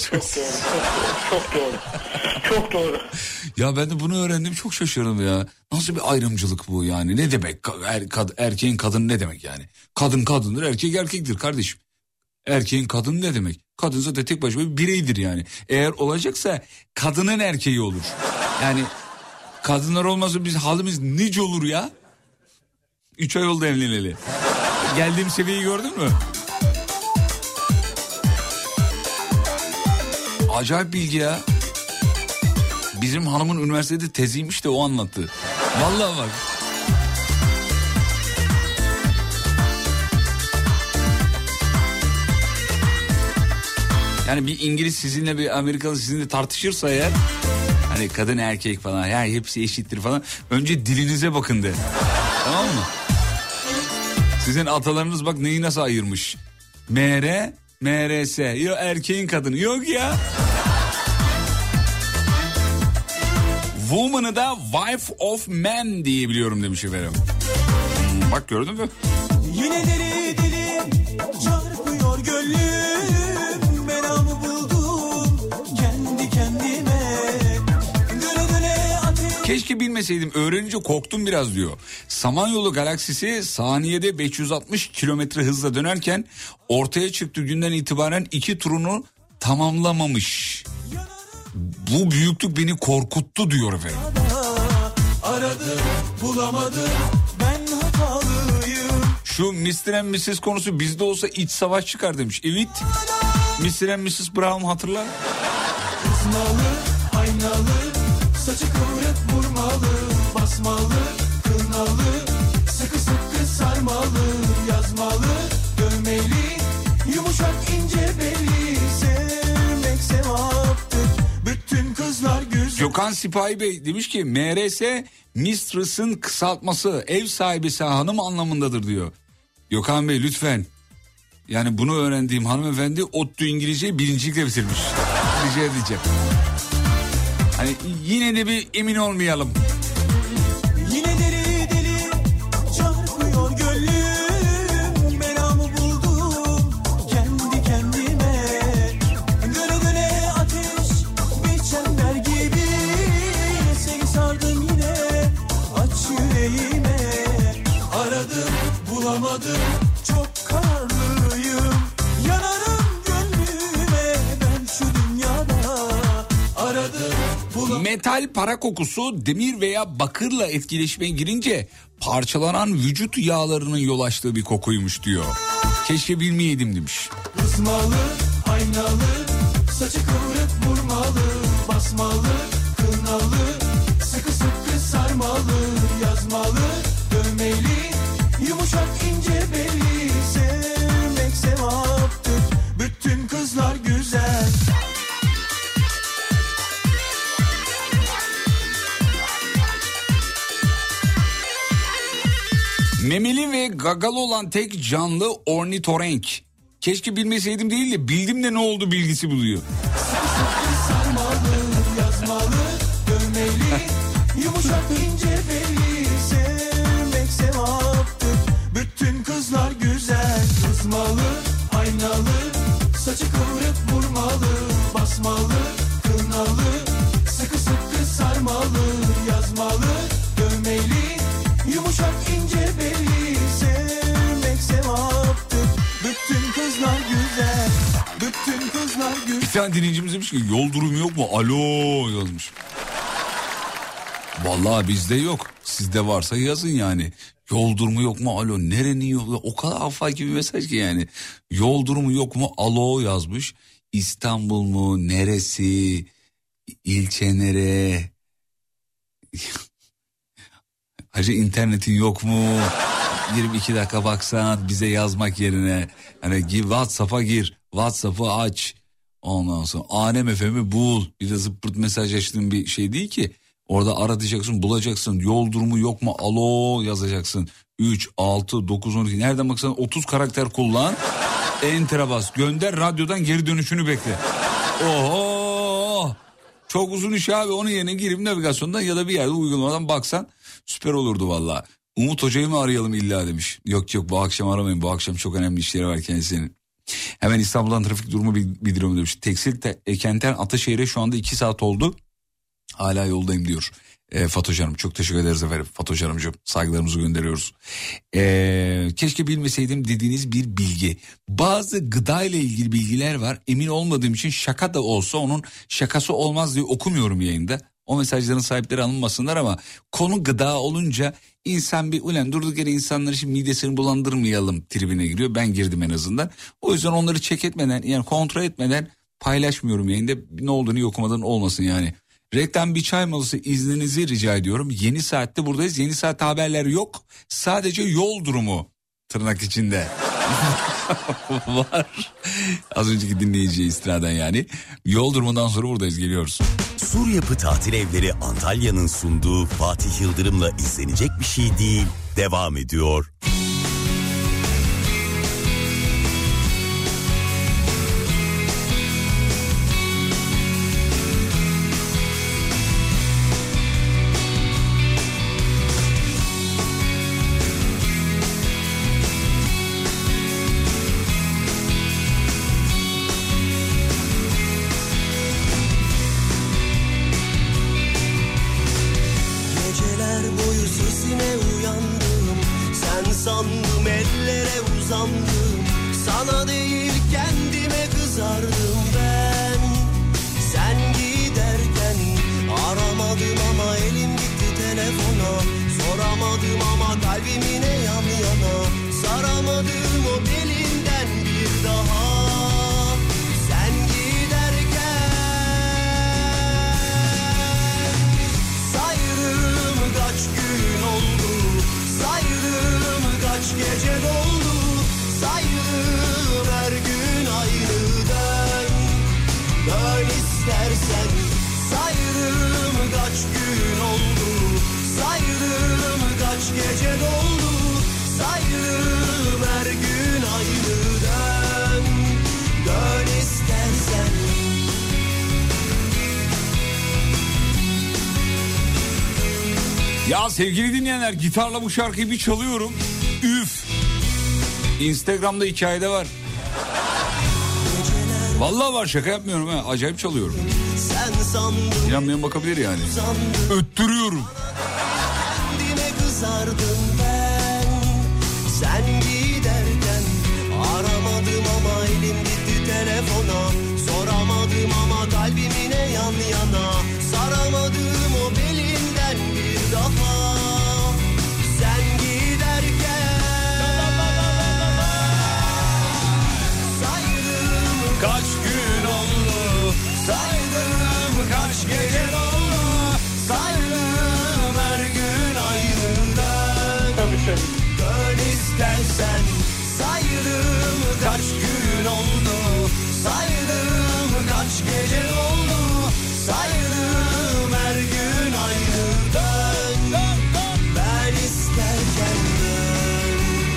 Çok doğru. Ya ben de bunu öğrendim, çok şaşırdım ya. Nasıl bir ayrımcılık bu yani? Ne demek? Erkeğin kadını ne demek yani? Kadın kadındır, erkek erkektir kardeşim. Erkeğin kadını ne demek? Kadın zaten tek başına bir bireydir yani. Eğer olacaksa kadının erkeği olur. Yani kadınlar olmasa biz halimiz nice olur ya. 3 ay oldu evleneli. Geldiğim seviyeyi gördün mü? Acayip bilgi ya. Bizim hanımın üniversitede teziymiş de o anlattı. Vallahi bak. Yani bir İngiliz sizinle bir Amerikalı sizinle tartışırsa eğer, hani kadın erkek falan ya hepsi eşittir falan, önce dilinize bakın de. Tamam mı? Sizin atalarınız bak neyi nasıl ayırmış. M-R, M-R-S. Yok erkeğin kadını. Yok ya. Woman'ı da wife of man diyebiliyorum demiş efendim. Bak gördün mü? Yine deli çarpıyor gönlüm, belamı buldum kendi kendime. Döne ateş. Keşke bilmeseydim, öğrenince korktum biraz diyor. Samanyolu galaksisi saniyede 560 kilometre hızla dönerken ortaya çıktığı günden itibaren 2 turunu tamamlamamış. Bu büyüklük beni korkuttu diyor efendim. Aradım bulamadım, ben hatalıyım. Şu Mr. and Mrs. konusu bizde olsa iç savaş çıkar demiş. Evet. Mr. and Mrs. Brown hatırla. Kısmalı, aynalı, saçı kıvrık vurmalı, basmalı, kınalı, sıkı sıkı sarmalı, yazmalı, dövmeli, yumuşak ince belli, sevmek sevaptır, bütün kızlar güzel. Gökhan Sipahi Bey demiş ki MRS mistress'ın kısaltması, ev sahibisi hanım anlamındadır diyor. Gökhan Bey lütfen, yani bunu öğrendiğim hanımefendi ODTÜ İngilizceyi birincilikle bitirmiş. Rica edeceğim. Hani yine de bir emin olmayalım. Yine deli çarpıyor gönlüm, belamı buldum kendi kendime. Döne ateş bir çember gibi, seni sardım yine, aç yüreğime. Aradım bulamadım, çok kararlıyım, yanarım gönlüme ben şu dünyada. Aradım bulamadım. Metal para kokusu demir veya bakırla etkileşmeye girince parçalanan vücut yağlarının yol açtığı bir kokuymuş diyor. Keşke bilmeyeydim demiş. Kısmalı, aynalı, saçı kıvrık vurmalı, basmalı, kınalı, sıkı sıkı sarmalı, yazmalı, dövmeli, yumuşak ince belli, sevmek sevaptır, bütün kızlar güzel. Memeli ve gagalı olan tek canlı ornitorenk. Keşke bilmeseydim değil de bildim de ne oldu bilgisi buluyor. kınalı, sıkı sıkı sarmalı, yazmalı, dövmeli, yumuşak ince belli. Sevmek sevaptır, bütün kızlar güzel, bütün kızlar güzel. Bir tane dinleyicimiz demiş ki yol durumu yok mu? Alo yazmış. Vallahi bizde yok. Sizde varsa yazın yani. Yol durumu yok mu? Alo. Nerenin yolu? O kadar afaki bir mesaj ki yani. Yol durumu yok mu? Alo yazmış. İstanbul mu? Neresi? İlçe nere? Hacı internetin yok mu? 22 dakika baksan bize yazmak yerine. Hani WhatsApp'a gir. WhatsApp'ı aç. Ondan sonra Alem FM'i bul. Bir de zıppırt mesaj açtığın bir şey değil ki. Orada aratacaksın, bulacaksın. Yol durumu yok mu? Alo yazacaksın. 3, 6, 9, 12. Nereden baksan 30 karakter kullan. Enter'a bas. Gönder, radyodan geri dönüşünü bekle. Oho! Çok uzun iş abi. Onun yerine girip navigasyondan ya da bir yerde uygulamadan baksan süper olurdu valla. Umut Hoca'yı mı arayalım illa demiş. Yok bu akşam aramayın. Bu akşam çok önemli işleri var kendisinin. Hemen İstanbul'dan trafik durumu bildiriyorum demiş. Tekstil Ekenter Ataşehir'e şu anda 2 saat oldu. Hala yoldayım diyor Fatoş Hanım. Çok teşekkür ederiz efendim Fatoş Hanımcığım. Saygılarımızı gönderiyoruz. Keşke bilmeseydim dediğiniz bir bilgi. Bazı gıda ile ilgili bilgiler var. Emin olmadığım için şaka da olsa onun şakası olmaz diye okumuyorum yayında. O mesajların sahipleri alınmasınlar ama konu gıda olunca insan bir ulan durduk yere insanları şimdi midesini bulandırmayalım tribine giriyor. Ben girdim en azından. O yüzden onları check etmeden yani kontrol etmeden paylaşmıyorum yayında. Ne olduğunu okumadan olmasın yani. Reklam bir çay molası izninizi rica ediyorum. Yeni saatte buradayız. Yeni saatte haberler yok. Sadece yol durumu tırnak içinde var. Az önceki dinleyiciye istinaden yani. Yol durumundan sonra buradayız, geliyoruz. Sur Yapı Tatil Evleri Antalya'nın sunduğu Fatih Yıldırım'la izlenecek bir şey değil. Devam ediyor. Sandım ellere uzandım, sana değil kendime kızardım ben. Sen giderken aramadım ama elim gitti telefona. Soramadım ama kalbimine yan yana. Saramadım o belinden bir daha. Sen giderken sayırım kaç gün oldu. Saydım kaç gece doldu. Saydım her gün aynı dön. Dön istersen. Saydım kaç gün oldu. Saydım kaç gece doldu. Saydım her gün aynı dön. Dön istersen. Ya sevgili dinleyenler, gitarla bu şarkıyı bir çalıyorum. Üf. Instagram'da hikayede var. Vallahi var, şaka yapmıyorum ha. Acayip çalıyorum. İnanmayan bakabilir yani. Öttürüyorum. Kendime kızardım ben. Sen giderken aramadım ama elim gitti telefona. Soramadım ama kalbimine yan yana. Saramadım o belinden bir daha. Sen giderken saydım kaç gün oldu. Saydım kaç gece oldu. Saydım her gün aynı dön. Dön istersen. Saydım kaç gün oldu. Saydım kaç gece oldu. Saydım her gün aynı dön. Ben isterken dön.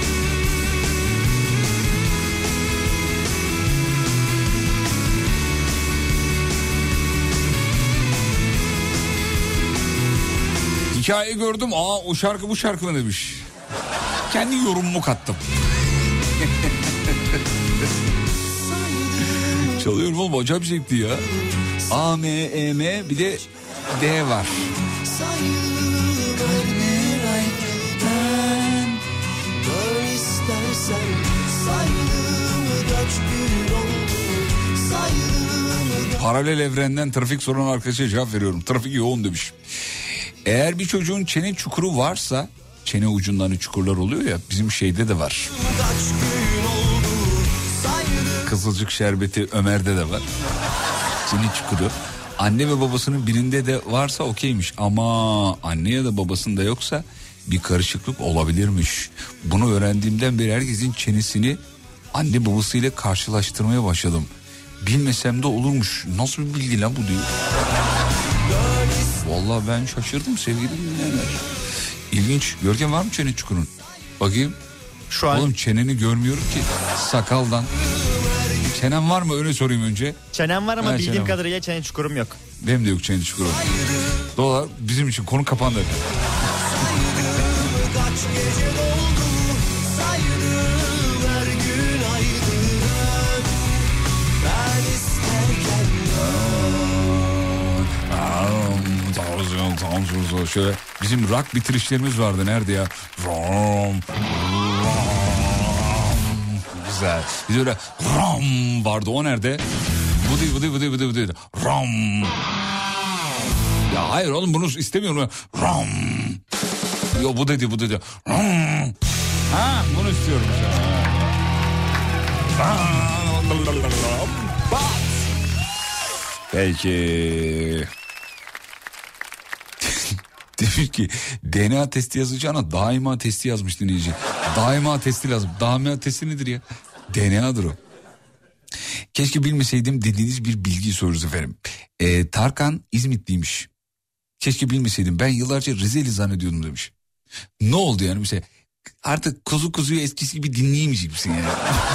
Hikaye gördüm. O şarkı bu şarkı mı demiş. Kendi yorumumu kattım. Çalıyorum oğlum, acayip zevkli ya. A, M, E, M bir de D var. Sayılır bir aydan gör istersen sayılır kaç gün oldu sayılır. Paralel evrenden trafik soran arkadaşa cevap veriyorum. Trafik yoğun demiş. Eğer bir çocuğun çene çukuru varsa, çene ucundan çukurlar oluyor ya, bizim şeyde de var. Kızılcık şerbeti Ömer'de de var. Çene çukuru. Anne ve babasının birinde de varsa okeymiş. Ama anne ya da babasında yoksa bir karışıklık olabilirmiş. Bunu öğrendiğimden beri herkesin çenesini anne babasıyla karşılaştırmaya başladım. Bilmesem de olurmuş. Nasıl bir bilgi lan bu diyor. Vallahi ben şaşırdım sevgili dinleyenler. İlginç. Görkem var mı çene çukurun? Bakayım. Şu an oğlum çeneni görmüyorum ki sakaldan. Çenem var mı öyle sorayım önce. çenem var ama Ha, bildiğim çenem. kadarıyla çene çukurum yok. Benim de yok çene çukurum. Dolar bizim için konu kapandı. Şöyle bizim rock bitirişlerimiz vardı, nerede ya? Güzel. Bir de öyle ram vardı, o nerede? Bu değil. Ram. Ya hayır oğlum, bunu istemiyorum. Ram. Yo bu dedi. Ram. Ha bunu istiyorum. Peki. Demiş ki DNA testi yazacağına daima testi yazmış dinleyici. Daima testi lazım. Daima testi nedir ya? DNA'dır o. Keşke bilmeseydim dediğiniz bir bilgi soruyoruz efendim. Tarkan İzmitliymiş. Keşke bilmeseydim, ben yıllarca Rizeli zannediyordum demiş. Ne oldu yani mesela? Artık kuzuyu eskisi gibi dinleyemeyecek misin yani?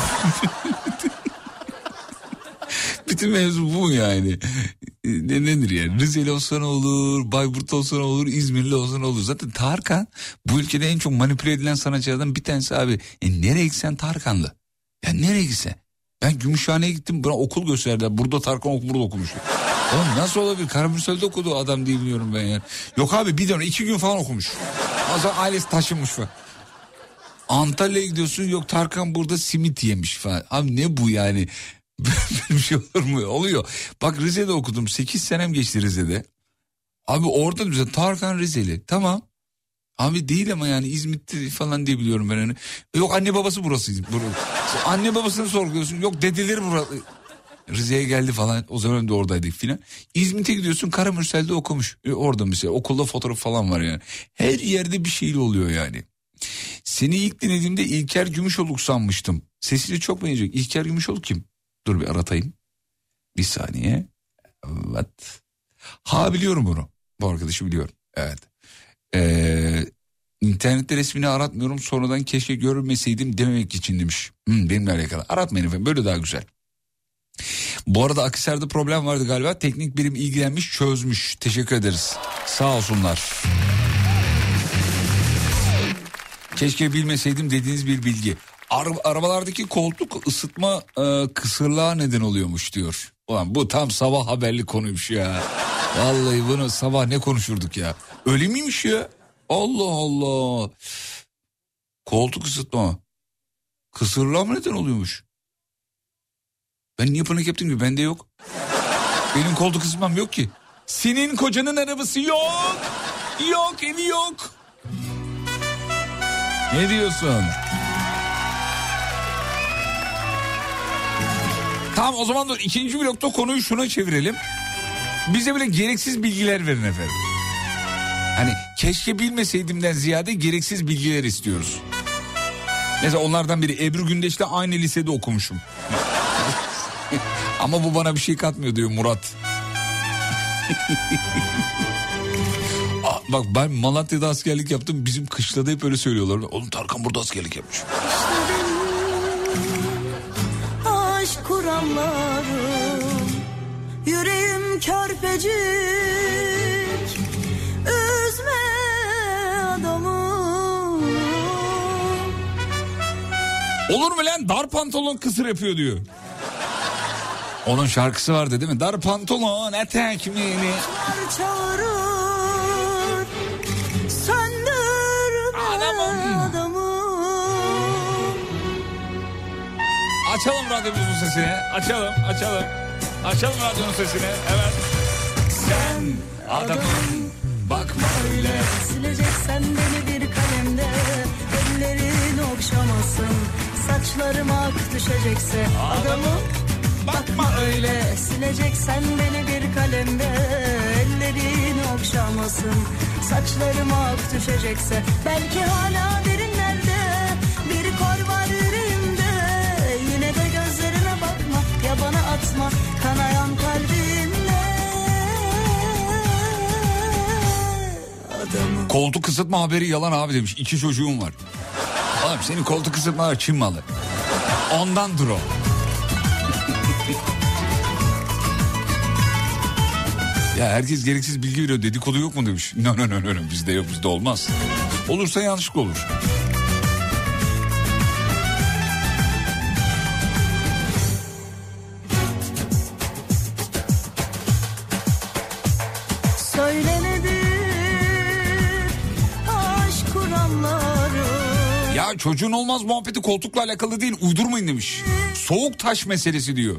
Bütün mevzu bu yani. Nedir yani? Rizeli olsa ne olur, Bayburt olsa ne olur, İzmirli olsa ne olur. Zaten Tarkan bu ülkede en çok manipüle edilen sanatçılardan bir tanesi abi. Nereye gitsen Tarkanlı. Ya nereye gitsen. Ben Gümüşhane'ye gittim, bana okul gösterdiler. Burada Tarkan burada okumuş. Oğlum nasıl olabilir? Karamürsel'de okudu adam diye biliyorum ben yani. Yok abi bir dönem 2 gün falan okumuş. O zaman ailesi taşınmış falan. Antalya'ya gidiyorsun, yok Tarkan burada simit yemiş falan. Abi ne bu yani? Böyle bir şey olur mu? Oluyor. Bak Rize'de okudum. 8 senem geçti Rize'de. Abi orada mesela Tarkan Rizeli. Tamam. Abi değil ama yani İzmit'te falan diye biliyorum ben hani. Yok anne babası burası. Anne babasını sorguluyorsun. Yok dedeleri burası. Rize'ye geldi falan. O zaman da oradaydık filan. İzmit'e gidiyorsun, Karamürsel'de okumuş. Orada mesela okulda fotoğraf falan var yani. Her yerde bir şeyli oluyor yani. Seni ilk dinlediğimde İlker Gümüşoluk sanmıştım. Sesiyle çok benziyor. İlker Gümüşoluk kim? Dur bir aratayım. Bir saniye. Evet. Ha biliyorum bunu. Bu arkadaşı biliyorum. Evet. İnternette resmini aratmıyorum. Sonradan keşke görmeseydim dememek için demiş. Benimle alakalı. Aratmayın efendim. Böyle daha güzel. Bu arada Akhisar'da problem vardı galiba. Teknik birim ilgilenmiş, çözmüş. Teşekkür ederiz. Sağ olsunlar. Keşke bilmeseydim dediğiniz bir bilgi. Arabalardaki koltuk ısıtma kısırlığa neden oluyormuş diyor. Ulan bu tam sabah haberli konuymuş ya. Vallahi bunu sabah ne konuşurduk ya. Öyle miymiş ya? Allah Allah. Koltuk ısıtma kısırlığa mı neden oluyormuş? Ben niye panik yaptım ki? Bende yok. Benim koltuk ısıtmam yok ki. Senin kocanın arabası yok. Yok, evi yok. Ne diyorsun? Tamam o zaman dur, ikinci blokta konuyu şuna çevirelim. Bize böyle gereksiz bilgiler verin efendim. Hani keşke bilmeseydimden ziyade gereksiz bilgiler istiyoruz. Mesela onlardan biri Ebru Gündeş'le aynı lisede okumuşum. Ama bu bana bir şey katmıyor diyor Murat. Bak ben Malatya'da askerlik yaptım. Bizim kışlada hep öyle söylüyorlar. Oğlum Tarkan burada askerlik yapmış. Aşk kuramlarım, yüreğim körpecik, üzme adamı. Olur mu lan, dar pantolon kısır yapıyor diyor. Onun şarkısı vardı değil mi? Dar pantolon etek mini. Çağırır, söndürme adamı. Açalım radyomuzun sesini. Açalım. Açalım radyonun sesini. Evet. Sen adamım bakma öyle. Sileceksen beni bir kalemde, ellerin okşamasın. Saçlarım ak düşecekse adamım bakma öyle. Sileceksen beni bir kalemde, ellerin okşamasın. Saçlarım ak düşecekse belki hala derinlerde bir kor var yüreğimde. Yine de gözlerine bakma, ya bana atma kanayan kalbimle adamım. Koltuk ısıtma haberi yalan abi demiş. 2 çocuğum var. Oğlum senin koltuk ısıtmalar Çin malı. Ondandır o. Ya herkes gereksiz bilgi veriyor, dedikodu yok mu demiş. No, bizde yok, bizde olmaz. Olursa yanlışlık olur. Ya çocuğun olmaz muhabbeti koltukla alakalı değil, uydurmayın demiş. Soğuk taş meselesi diyor.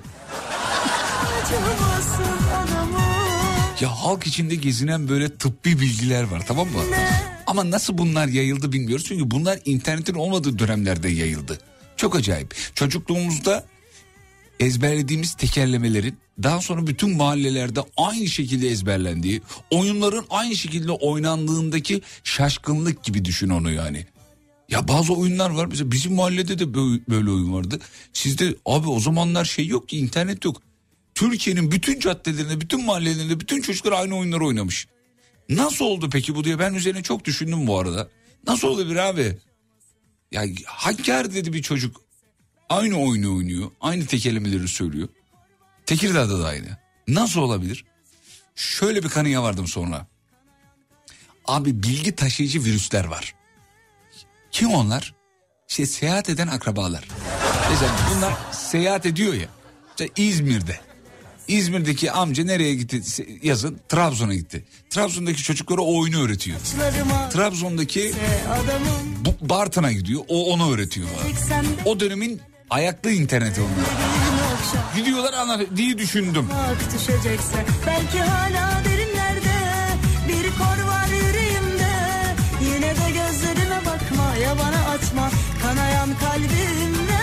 Ya halk içinde gezinen böyle tıbbi bilgiler var, tamam mı? Ama nasıl bunlar yayıldı bilmiyoruz. Çünkü bunlar internetin olmadığı dönemlerde yayıldı. Çok acayip. Çocukluğumuzda ezberlediğimiz tekerlemelerin daha sonra bütün mahallelerde aynı şekilde ezberlendiği, oyunların aynı şekilde oynandığındaki şaşkınlık gibi düşün onu yani. Ya bazı oyunlar var, mesela bizim mahallede de böyle oyun vardı. Sizde abi o zamanlar şey yok ki, internet yok. Türkiye'nin bütün caddelerinde, bütün mahallelerinde bütün çocuklar aynı oyunları oynamış. Nasıl oldu peki bu diye ben üzerine çok düşündüm bu arada. Nasıl olabilir abi? Ya Hakkari dedi bir çocuk aynı oyunu oynuyor, aynı tekerlemeleri söylüyor. Tekirdağ'da da aynı. Nasıl olabilir? Şöyle bir kanıya vardım sonra. Abi bilgi taşıyıcı virüsler var. Kim onlar? İşte seyahat eden akrabalar. Mesela bunlar seyahat ediyor ya. İşte İzmir'deki amca nereye gitti yazın? Trabzon'a gitti. Trabzon'daki çocuklara o oyunu öğretiyor. Trabzon'daki Bartın'a gidiyor. O onu öğretiyor. O dönemin ayaklı interneti onlar. Gidiyorlar diye düşündüm. Belki hala derinlerde bir kor var yüreğimde. Yine de gözlerime bakma, ya bana atma kanayan kalbimle.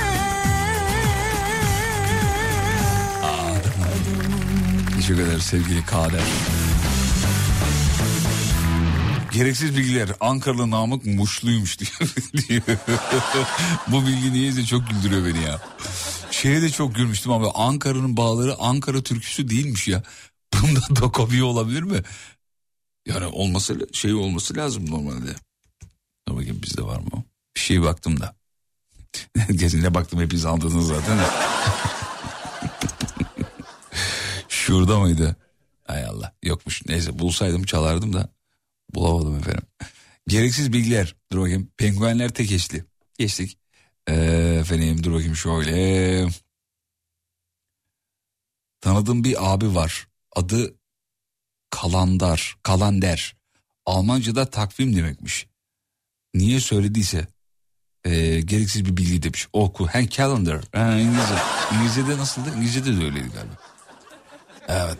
Teşekkür ederim sevgili Kader. Gereksiz bilgiler. Ankaralı Namık Muşluymuş diyor. Bu bilgi niyeyse çok güldürüyor beni ya. Şeye de çok gülmüştüm abi. Ankara'nın bağları Ankara türküsü değilmiş ya. Bunda da kopya olabilir mi? Yani olması lazım normalde. Dur bakayım bizde var mı? Bir şey baktım da. Gezine baktım, hepiniz anladınız zaten. Şurada mıydı? Hay Allah, yokmuş. Neyse bulsaydım çalardım da bulamadım efendim. Gereksiz bilgiler. Dur bakayım. Penguenler tek eşli. Geçtik. Efendim dur bakayım şöyle. Tanıdığım bir abi var. Adı Kalander. Almanca'da takvim demekmiş. Niye söylediyse gereksiz bir bilgi demiş. Oku. Calendar. İngilizce. İngilizce'de nasıldı? İngilizce'de de öyleydi galiba. Evet.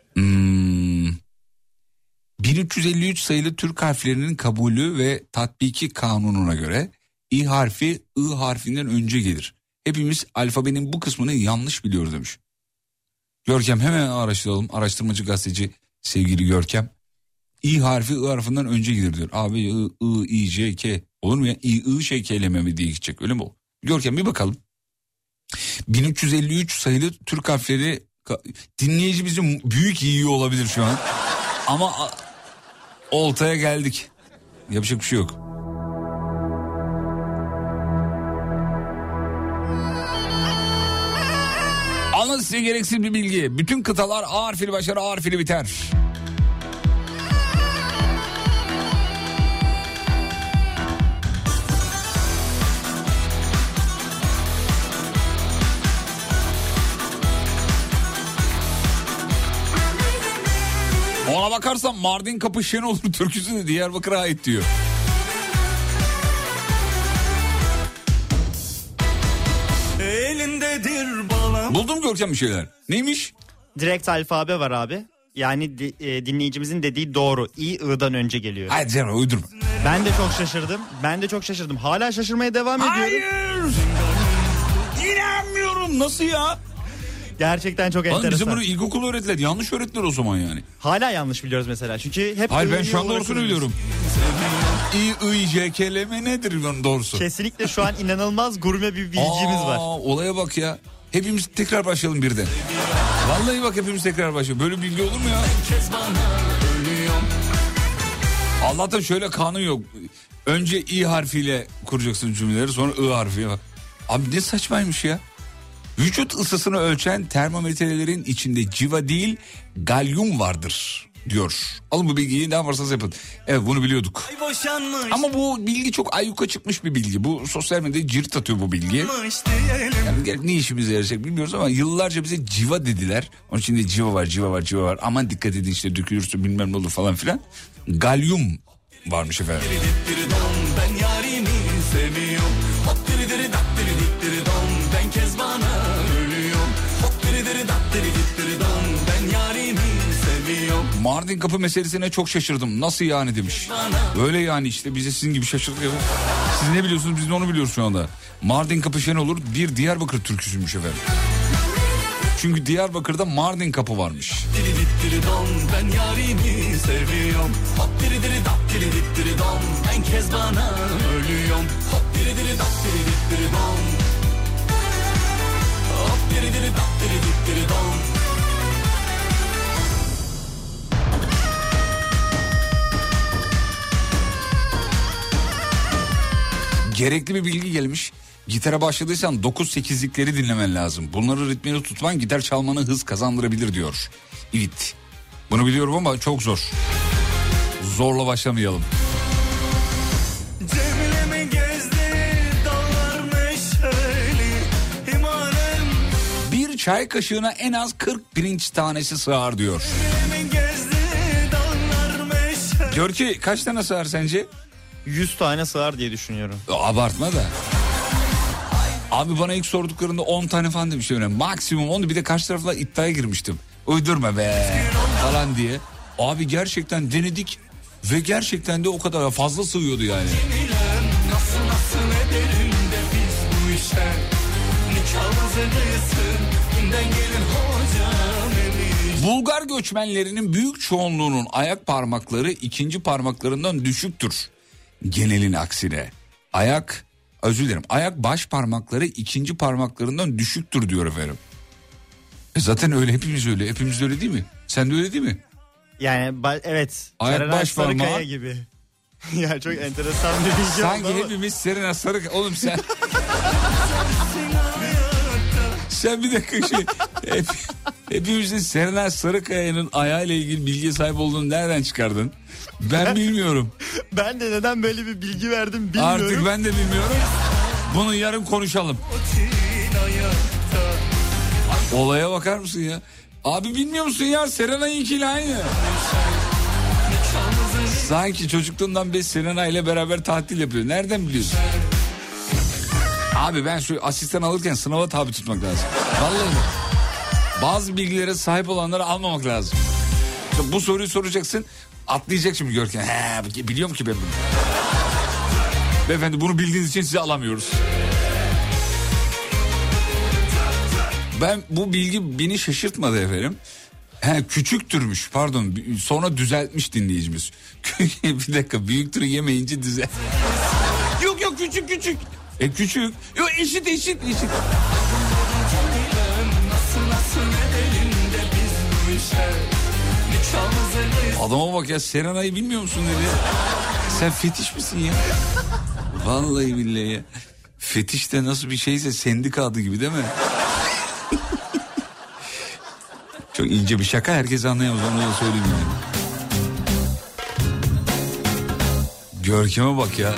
1353 sayılı Türk harflerinin kabulü ve tatbiki kanununa göre İ harfi I harfinden önce gelir. Hepimiz alfabenin bu kısmını yanlış biliyoruz demiş. Görkem, hemen araştıralım. Araştırmacı gazeteci sevgili Görkem. İ harfi I harfinden önce gelir diyor. Abi I, I, J, K. Olur mu ya? I, I, J, K eleme mi diye gidecek, öyle mi o? Görkem bir bakalım. 1353 sayılı Türk harfleri, dinleyici bizim büyük iyi olabilir şu an. Ama oltaya geldik. Yapacak bir şey yok. Alın size gereksiz bir bilgi. Bütün kıtalar A harfiyle başlar, A harfiyle biter. Ona bakarsan Mardin Kapı Şenolur türküsü de Diyarbakır'a ait diyor. Elindedir balam. Buldum Görkem bir şeyler. Neymiş? Direkt alfabe var abi. Yani dinleyicimizin dediği doğru. İ'den önce geliyor. Hayır canım uydurma. Ben de çok şaşırdım. Hala şaşırmaya devam ediyorum. Hayır. İnanmıyorum. Nasıl ya? Gerçekten çok Lan enteresan. bize bunu ilkokul öğrettiler. Yanlış öğrettiler o zaman yani. Hala yanlış biliyoruz mesela. Çünkü hep... Hayır ben şu an doğrusunu biliyorum. İ kelime nedir doğrusu? Kesinlikle şu an inanılmaz gurme bir bilgimiz var. Olaya bak ya. Hepimiz tekrar başlayalım birden. Vallahi bak hepimiz tekrar başlayalım. Böyle bilgi olur mu ya? Allah'tan şöyle kanun yok. Önce İ harfiyle kuracaksın cümleleri, sonra I harfiyle bak. Abi ne saçmaymış ya. Vücut ısısını ölçen termometrelerin içinde civa değil galyum vardır diyor. Alın bu bilgiyi, ne yaparsanız yapın. Evet bunu biliyorduk. Ama bu bilgi çok ayyuka çıkmış bir bilgi. Bu sosyal medyada cirit atıyor bu bilgi. Yani ne işimize yarayacak bilmiyoruz ama yıllarca bize civa dediler. Onun içinde civa var. Aman dikkat edin işte dökülürse bilmem ne olur falan filan. Galyum varmış efendim. Ben yarimi seviyorum. Ben Kezban'a ölüyorum. Ben yarimi seviyorum. Mardin Kapı meselesine çok şaşırdım. Nasıl yani demiş. Öyle yani işte bize sizin gibi şaşırdık. Siz ne biliyorsunuz, biz de onu biliyoruz şu anda. Mardin Kapı Şenolur bir Diyarbakır türküsüymüş efendim. Çünkü Diyarbakır'da Mardin Kapı varmış. Ben yarimi seviyorum. Ben Kezban'a ölüyorum. Gerekli bir bilgi gelmiş. Gitara başladıysan 9-8'likleri dinlemen lazım. Bunları ritmini tutman gitar çalmanı hız kazandırabilir diyor. Evet. Bunu biliyorum ama çok zor. Zorla başlamayalım. Cemilemi gezdi dağlar meşeli imanem. Bir çay kaşığına en az 40 pirinç tanesi sığar diyor. Cemilemi gezdi dağlar meşeli. Görki kaç tane sığar sence? 100 tane sığar diye düşünüyorum. Abartma da. Abi bana ilk sorduklarında 10 tane falan demiştim. Yani. Maksimum 10'du, bir de karşı tarafla iddiaya girmiştim. Uydurma be falan diye. Abi gerçekten denedik ve gerçekten de o kadar fazla sığıyordu yani. Nasıl edelim de biz bu işe nikahımızı kıysın günden gelin hocam evi. Bulgar göçmenlerinin büyük çoğunluğunun ayak parmakları ikinci parmaklarından düşüktür. Genelin aksine. Ayak baş parmakları ikinci parmaklarından düşüktür diyor efendim. Zaten öyle, hepimiz öyle. Hepimiz öyle değil mi? Sen de öyle değil mi? Yani evet. Ayak Serenay baş Sarıkaya parmağı gibi. Ya çok enteresan bir bilgi sanki oldu ama. hepimiz Serenay Sarıkaya. Oğlum sen... Sen bir dakika hepimizin Serenay Sarıkaya'nın ayağıyla ilgili bilgiye sahip olduğunu nereden çıkardın? Ben bilmiyorum. Ben de neden böyle bir bilgi verdim bilmiyorum. Artık ben de bilmiyorum. Bunu yarın konuşalım. Olaya bakar mısın ya? Abi bilmiyor musun ya, Serenay ikiyle aynı. Sanki çocukluğundan beri Serenay ile beraber tatil yapıyor. Nereden biliyorsun? Abi ben şu asistan alırken sınava tabi tutmak lazım. Vallahi bazı bilgilere sahip olanları almamak lazım. İşte bu soruyu soracaksın, atlayacak şimdi Görkem. Biliyorum ki ben bunu. Beyefendi bunu bildiğiniz için sizi alamıyoruz. Ben bu bilgi beni şaşırtmadı efendim. Küçüktürmüş, pardon, sonra düzeltmiş dinleyicimiz. Bir dakika, büyüktür yemeyince düzelt. Yok küçük. Küçük. Yok eşit. Adama bak ya, Serenay'ı bilmiyor musun dedi. Sen fetiş misin ya? Vallahi billahi ya. Fetiş de nasıl bir şeyse sendika adı gibi değil mi? Çok ince bir şaka, herkes anlayamaz, onu da söyleyeyim yani. Görkem'e bak ya.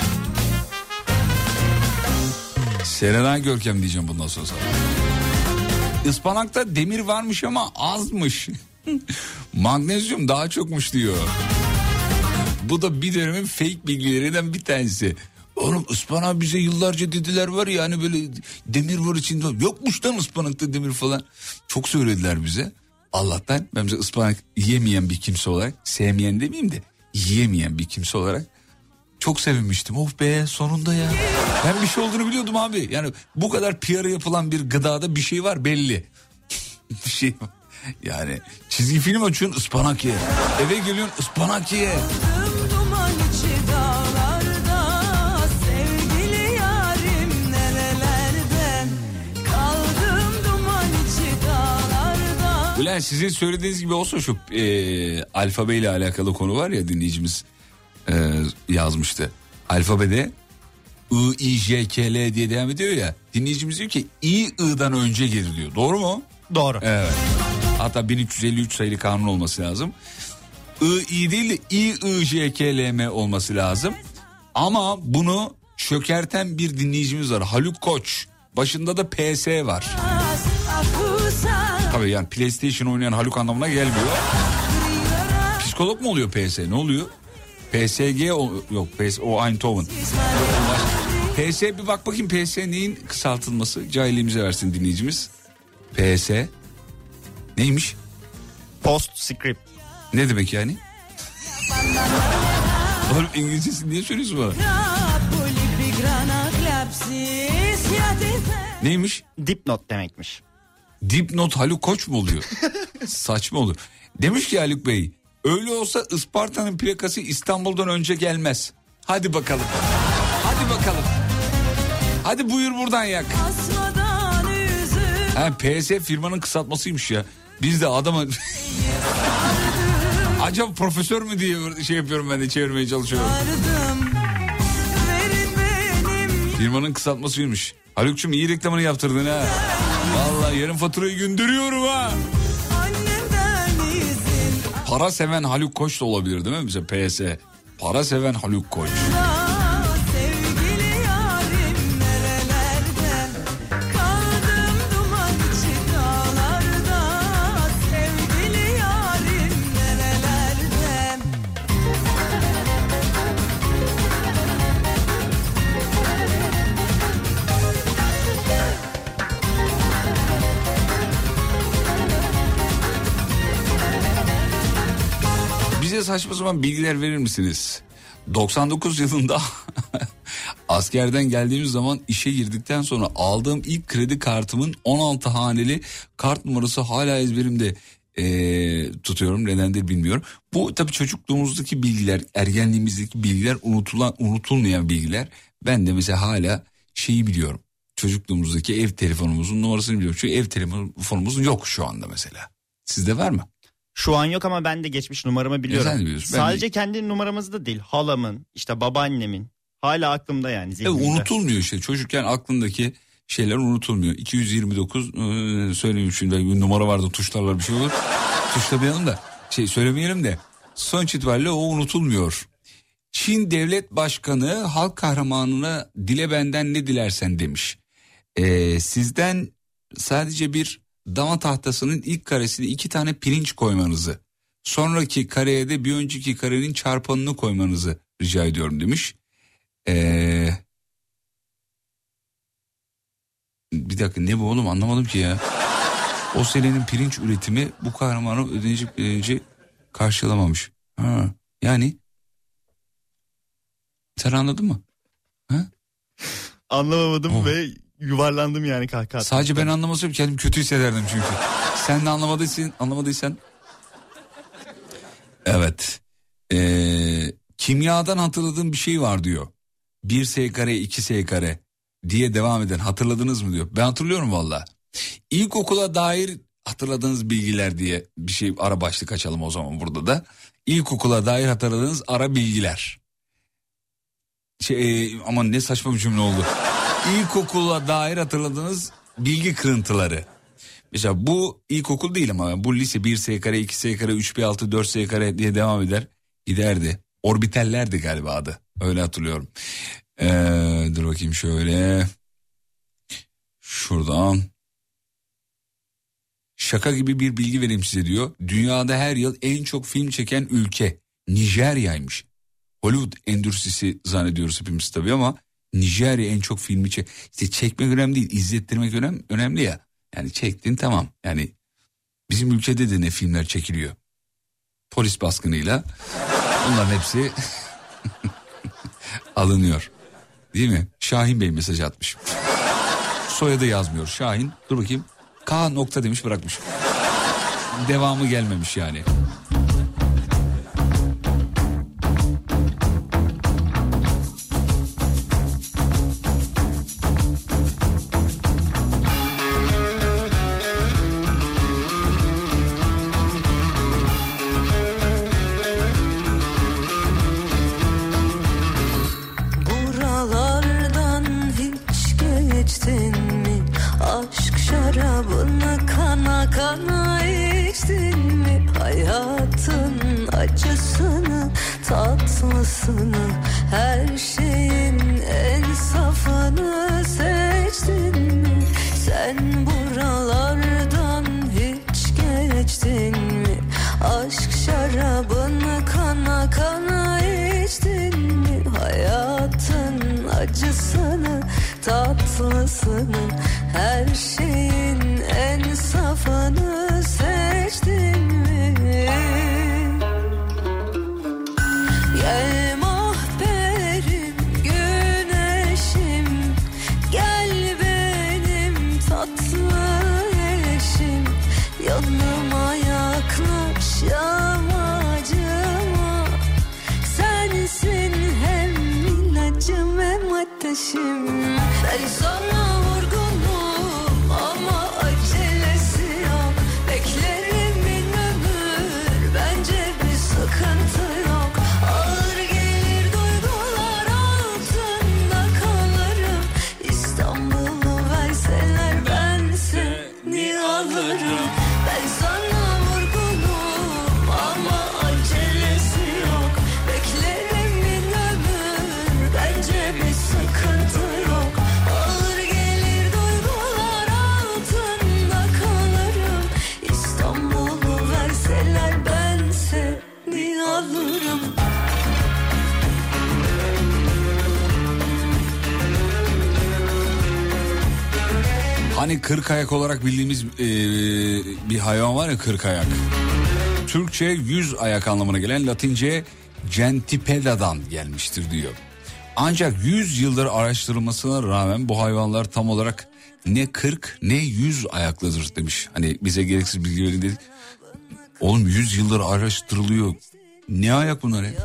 Serenay Görkem diyeceğim bundan sonra. Ispanakta demir varmış ama azmış. Magnezyum daha çokmuş diyor. Bu da bir dönemin fake bilgilerinden bir tanesi. Oğlum ıspanak bize yıllarca dediler var ya hani böyle demir var içinde. Yokmuş lan ıspanakta demir falan. Çok söylediler bize. Allah'tan ben bize ıspanak yiyemeyen bir kimse olarak, sevmeyen demeyeyim de yiyemeyen bir kimse olarak çok sevinmiştim. Of be sonunda ya. Ben bir şey olduğunu biliyordum abi. Yani bu kadar PR'ı yapılan bir gıdada bir şey var belli. Bir şey var. Yani çizgi film açıyorsun ıspanak ye. Eve geliyorsun ıspanak ye. Duman içi dağlarda sevgili yarim nerelerden kaldım duman içi dağlarda. Ulan sizin söylediğiniz gibi olsa şu alfabeyle alakalı konu var ya dinleyicimiz yazmıştı. Alfabede I, I, J, K, L diye devam ediyor ya. Dinleyicimiz diyor ki I, I'dan önce gelir diyor. Doğru mu? Doğru. Evet. Hatta 1353 sayılı kanun olması lazım. I değil de I, J, K, L, M olması lazım. Ama bunu çökerten bir dinleyicimiz var. Haluk Koç. Başında da PS var. Tabii yani PlayStation oynayan Haluk anlamına gelmiyor. Psikolog mu oluyor PS? Ne oluyor? PSG yok o Eindhoven. PS bir bak bakayım PS neyin kısaltılması? Cahilliğimize versin dinleyicimiz. PS neymiş? Postscript. Ne demek yani? Oğlum İngilizcesini niye söylüyorsun bana? Neymiş? Dipnot demekmiş. Dipnot Haluk Koç mu oluyor? Saçma olur. Demiş ki Haluk Bey, öyle olsa Isparta'nın plakası İstanbul'dan önce gelmez. Hadi bakalım. Hadi bakalım. Hadi buyur buradan yak. PS firmanın kısaltmasıymış ya. Biz de adama... Acaba profesör mü diye şey yapıyorum ben de çevirmeye çalışıyorum. Firmanın kısaltmasıymış. Haluk'cum iyi reklamını yaptırdın ha. Vallahi yarın faturayı gönderiyorum ha. Para seven Haluk Koç da olabilir değil mi bize PS? Para seven Haluk Koç. Bize saçma sapan bilgiler verir misiniz? 99 yılında askerden geldiğimiz zaman işe girdikten sonra aldığım ilk kredi kartımın 16 haneli kart numarası hala ezberimde tutuyorum. Nedendir bilmiyorum. Bu tabii çocukluğumuzdaki bilgiler, ergenliğimizdeki bilgiler unutulmayan bilgiler. Ben de mesela hala şeyi biliyorum. Çocukluğumuzdaki ev telefonumuzun numarasını biliyorum. Çünkü ev telefonumuz yok şu anda mesela. Sizde var mı? Şu an yok ama ben de geçmiş numaramı biliyorum. Sadece kendi numaramız da değil. Halamın, işte babaannemin. Hala aklımda yani. Unutulmuyor işte. Çocukken aklındaki şeyler unutulmuyor. 229 söyleyeyim şimdi bir numara vardı, tuşlarla bir şey olur. Tuşlamayalım da söylemeyelim de. Sonuç itibariyle o unutulmuyor. Çin Devlet Başkanı halk kahramanına dile benden ne dilersen demiş. Sizden sadece bir dama tahtasının ilk karesine 2 tane pirinç koymanızı, sonraki kareye de bir önceki karenin çarpanını koymanızı rica ediyorum demiş. Bir dakika ne bu oğlum anlamadım ki ya. O senenin pirinç üretimi bu kahramanın ödenecek pirinci karşılamamış. Ha, yani sen anladın mı? Ha? Anlamadım ve yuvarlandım yani kahkaha. Sadece ben anlamasam kendimi kötü hissederdim çünkü. Sen de anlamadıysan. Evet. Kimyadan hatırladığım bir şey var diyor. 1S kare 2S kare diye devam eden hatırladınız mı diyor. Ben hatırlıyorum valla. İlkokula dair hatırladığınız bilgiler diye bir şey ara başlık açalım o zaman burada da. İlkokula dair hatırladığınız ara bilgiler. Aman ne saçma bir cümle oldu. İlkokula dair hatırladığınız bilgi kırıntıları. Mesela bu ilkokul değil ama bu lise 1S kare 2S kare 3B6 4S kare diye devam eder. Giderdi. Orbitallerdi galiba adı. Öyle hatırlıyorum. Dur bakayım şöyle. Şuradan. Şaka gibi bir bilgi vereyim size diyor. Dünyada her yıl en çok film çeken ülke Nijerya'ymış. Hollywood endüstrisi zannediyoruz hepimiz tabii ama Nijerya en çok filmi işte çekmek önemli değil, izlettirmek önemli ya. Yani çektin tamam. Yani bizim ülkede de ne filmler çekiliyor. Polis baskınıyla bunların hepsi alınıyor. Değil mi? Şahin Bey mesaj atmış. Soyadı yazmıyor Şahin. Dur bakayım. K nokta demiş bırakmış. Devamı gelmemiş yani. Tatlısını, her şeyin en safını seçtin mi? Sen buralardan hiç geçtin mi? Aşk şarabını kana kana içtin mi? Hayatın acısını, tatlısını, her şeyin en safını seçtin mi? Gel mahperim, güneşim, gel benim tatlı eşim. Yanıma yaklaş yamacıma, sensin hem ilacım hem ateşim. Ben sana vurgunum ama acelesi yok. Beklerim bin ömür, bence bir sıkıntı yok. Ağır gelir duygular, altında kalırım. İstanbul'u verseler ben seni alırım. Ben sana vurgunum ama acelesi yok. Beklerim bin ömür, bence bir sıkıntı yok. Ağır gelir duygular, altında kalırım. İstanbul'u verseler ben seni alırım. Hani 40 ayak olarak bildiğimiz bir hayvan var ya, 40 ayak. Türkçe 100 ayak anlamına gelen Latince centipeda'dan gelmiştir diyor. Ancak 100 yıldır araştırılmasına rağmen bu hayvanlar tam olarak ne 40 ne 100 ayaklıdır demiş. Hani bize gereksiz bilgi verin dedik. Oğlum 100 yıldır araştırılıyor. Ne ayak bunlar ya?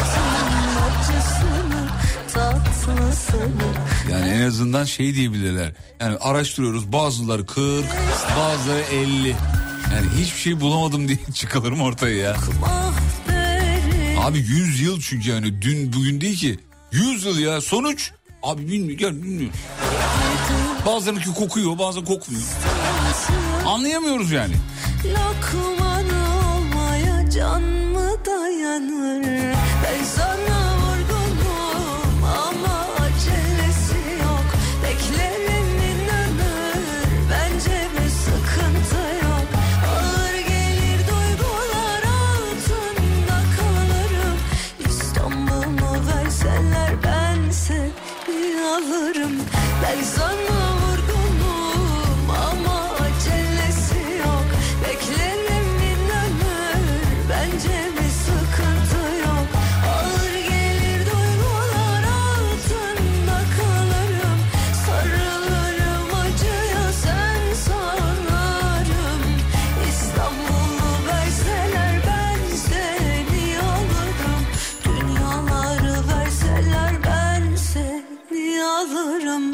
Yani en azından şey diyebilirler. Yani araştırıyoruz, bazıları 40, bazıları 50. Yani hiçbir şey bulamadım diye çıkalım ortaya ya. Abi 100 yıl çünkü yani dün bugün değil ki. 100 yıl ya, sonuç. Abi bilmiyorum. Bazılarınki kokuyor, bazı kokmuyor. Anlayamıyoruz yani. Lokman olmaya can mı dayanır? Ben sana vurgunum ama acelesi yok. Beklerim bin ömür, bence bir sıkıntı yok. Ağır gelir duygular, altında kalırım. İstanbul'u verseler ben seni alırım. Ben sana vurgunum ama acelesi yok. Beklerim bin ömür, bence bir sıkıntı yok. Ağır gelir duygular, altında kalırım. Sarılırım acıya, sen sanarım. İstanbul'u verseler ben seni alırım. Dünyaları verseler ben seni alırım.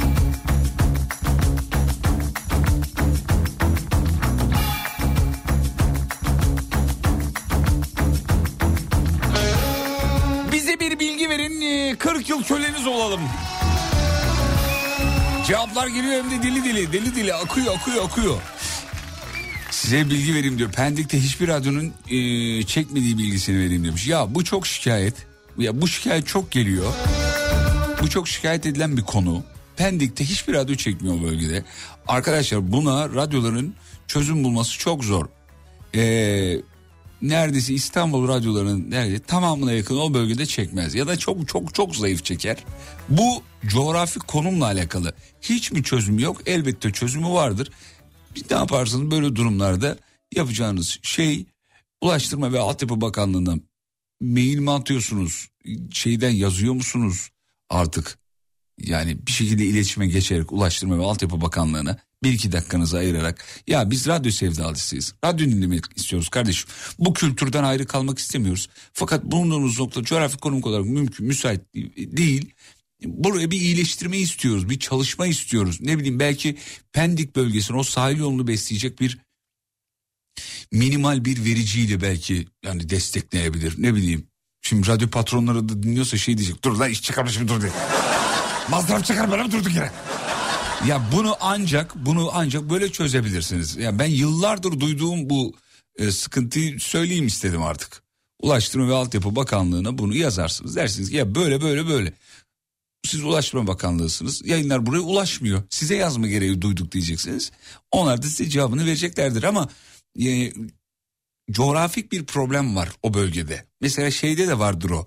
Bize bir bilgi verin, 40 yıl köleniz olalım. Cevaplar geliyor hem de deli deli akıyor. Size bilgi vereyim diyor. Pendik'te hiçbir radyonun çekmediği bilgisini vereyim demiş. Ya bu çok şikayet. Ya bu şikayet çok geliyor. Bu çok şikayet edilen bir konu. Pendik'te hiçbir radyo çekmiyor bölgede. Arkadaşlar buna radyoların çözüm bulması çok zor. Neredeyse İstanbul radyolarının tamamına yakın o bölgede çekmez ya da çok çok çok zayıf çeker. Bu coğrafi konumla alakalı. Hiç mi çözüm yok? Elbette çözümü vardır. Ne yaparsınız böyle durumlarda? Yapacağınız şey, Ulaştırma ve Altyapı Bakanlığı'na mail mi atıyorsunuz? Şeyden yazıyor musunuz artık? Yani bir şekilde iletişime geçerek Ulaştırma ve Altyapı Bakanlığı'na 1-2 dakikanızı ayırarak, ya biz radyo sevdalısıyız, radyo dinlemek istiyoruz kardeşim, bu kültürden ayrı kalmak istemiyoruz, fakat bulunduğumuz nokta coğrafik konum olarak mümkün, müsait değil, buraya bir iyileştirme istiyoruz, bir çalışma istiyoruz, ne bileyim belki Pendik bölgesine, o sahil yolunu besleyecek bir minimal bir vericiyle belki yani destekleyebilir, ne bileyim. Şimdi radyo patronları da dinliyorsa şey diyecek, dur lan iş çıkarma şimdi, dur diye. Masraf çıkarma lan, durduk yere. Ya bunu ancak böyle çözebilirsiniz. Ya ben yıllardır duyduğum bu sıkıntıyı söyleyeyim istedim artık. Ulaştırma ve Altyapı Bakanlığı'na bunu yazarsınız. Dersiniz ki ya böyle. Siz Ulaştırma Bakanlığı'sınız. Yayınlar buraya ulaşmıyor. Size yazma gereği duyduk diyeceksiniz. Onlar da size cevabını vereceklerdir ama coğrafik bir problem var o bölgede. Mesela şeyde de vardır o.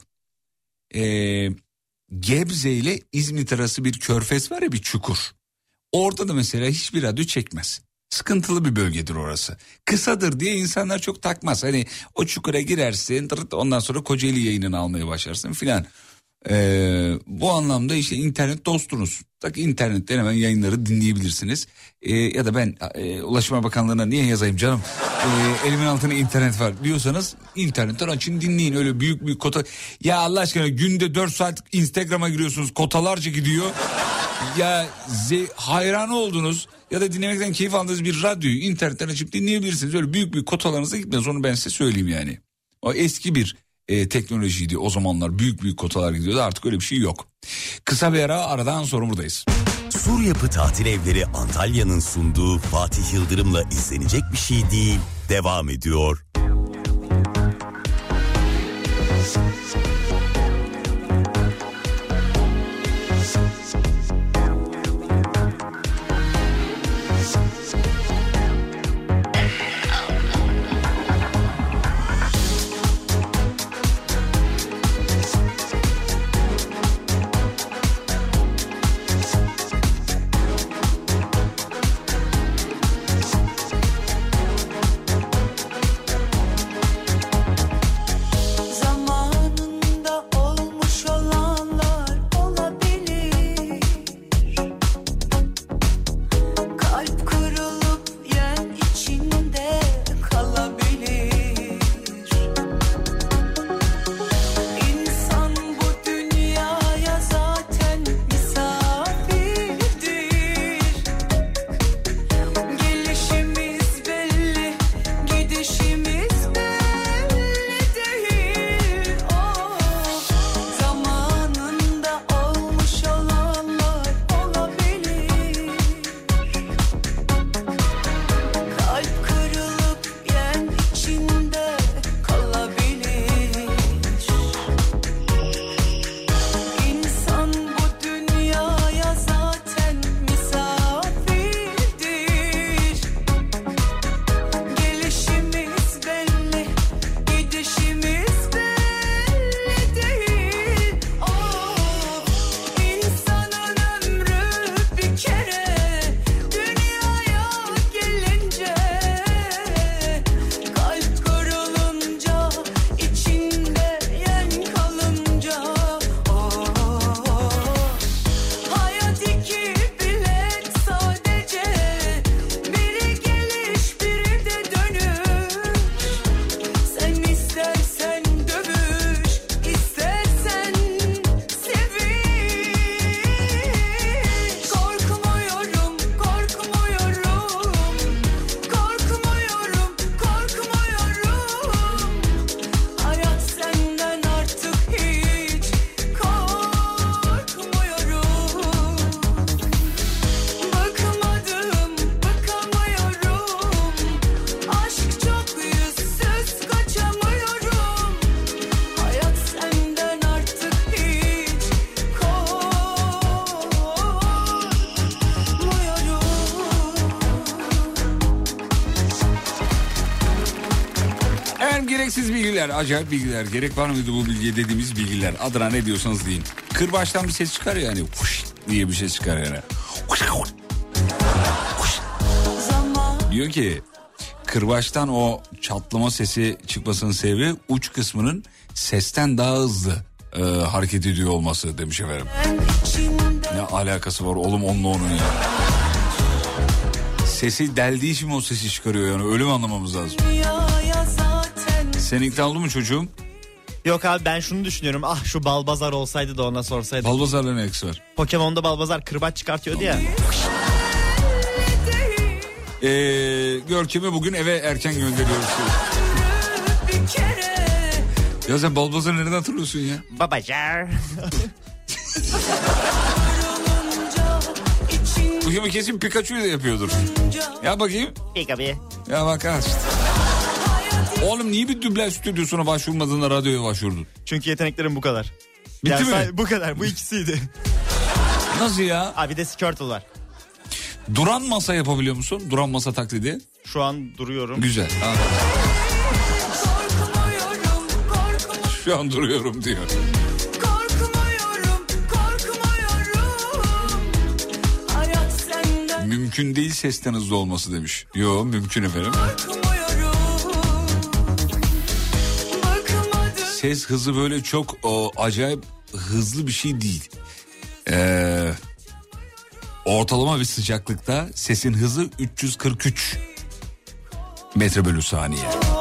Gebze ile İzmit arası bir körfez var ya, bir çukur. Orada da mesela hiçbir radyo çekmez. Sıkıntılı bir bölgedir orası. Kısadır diye insanlar çok takmaz. Hani o çukura girersin, ondan sonra Kocaeli yayınını almaya başlarsın filan. Bu anlamda işte internet dostunuz. Tak internetten hemen yayınları dinleyebilirsiniz. Ya da ben Ulaştırma Bakanlığı'na niye yazayım canım? Elimin altında internet var diyorsanız internetten açın dinleyin. Öyle büyük kota. Ya Allah aşkına günde 4 saat Instagram'a giriyorsunuz. Kotalarca gidiyor. Ya hayran oldunuz ya da dinlemekten keyif aldığınız bir radyoyu internetten açıp dinleyebilirsiniz. Öyle büyük kotalarınıza gitmez, onu ben size söyleyeyim yani. O eski bir teknolojiydi o zamanlar, büyük kotalar gidiyordu, artık öyle bir şey yok. Kısa bir aradan sonra buradayız. Sur Yapı Tatil Evleri Antalya'nın sunduğu Fatih Yıldırım'la izlenecek bir şey değil devam ediyor. Gereksiz bilgiler, acayip bilgiler. Gerek var mıydı bu bilgiye dediğimiz bilgiler? Adına ne diyorsanız deyin. Kırbaçtan bir ses çıkar yani. Huş diye bir ses çıkar yani. Huş. Diyor ki kırbaçtan o çatlama sesi çıkmasının sebebi uç kısmının sesten daha hızlı hareket ediyor olması demiş efendim. Ne alakası var oğlum onunla onun ya. Sesi deldiği için o sesi çıkarıyor yani, öyle mi anlamamız lazım? Sen ikna oldun mu çocuğum? Yok abi, ben şunu düşünüyorum. Ah şu Balbazar olsaydı da ona sorsaydık. Balbazar'la ne eksi var? Pokemon'da Balbazar kırbaç çıkartıyordu ya. Görkem'i bugün eve erken gönderiyoruz. Ya sen Balbazar'ı nereden hatırlıyorsun ya? Babacar. Bu gibi kesin Pikachu'yu da yapıyordur. Ya bakayım. Pikachu. Ya bak işte. Oğlum niye bir dublaj stüdyosuna başvurmadın da radyoya başvurdun? Çünkü yeteneklerim bu kadar. Bitti yani mi? Bu kadar, bu ikisiydi. Nasıl ya? Abi bir de Squirtle var. Duran masa yapabiliyor musun? Duran masa taklidi. Şu an duruyorum. Güzel. Şu an duruyorum diyor. Mümkün değil sesten hızlı olması demiş. Yo, mümkün efendim. Ses hızı böyle çok acayip hızlı bir şey değil. Ortalama bir sıcaklıkta sesin hızı 343 metre bölü saniye.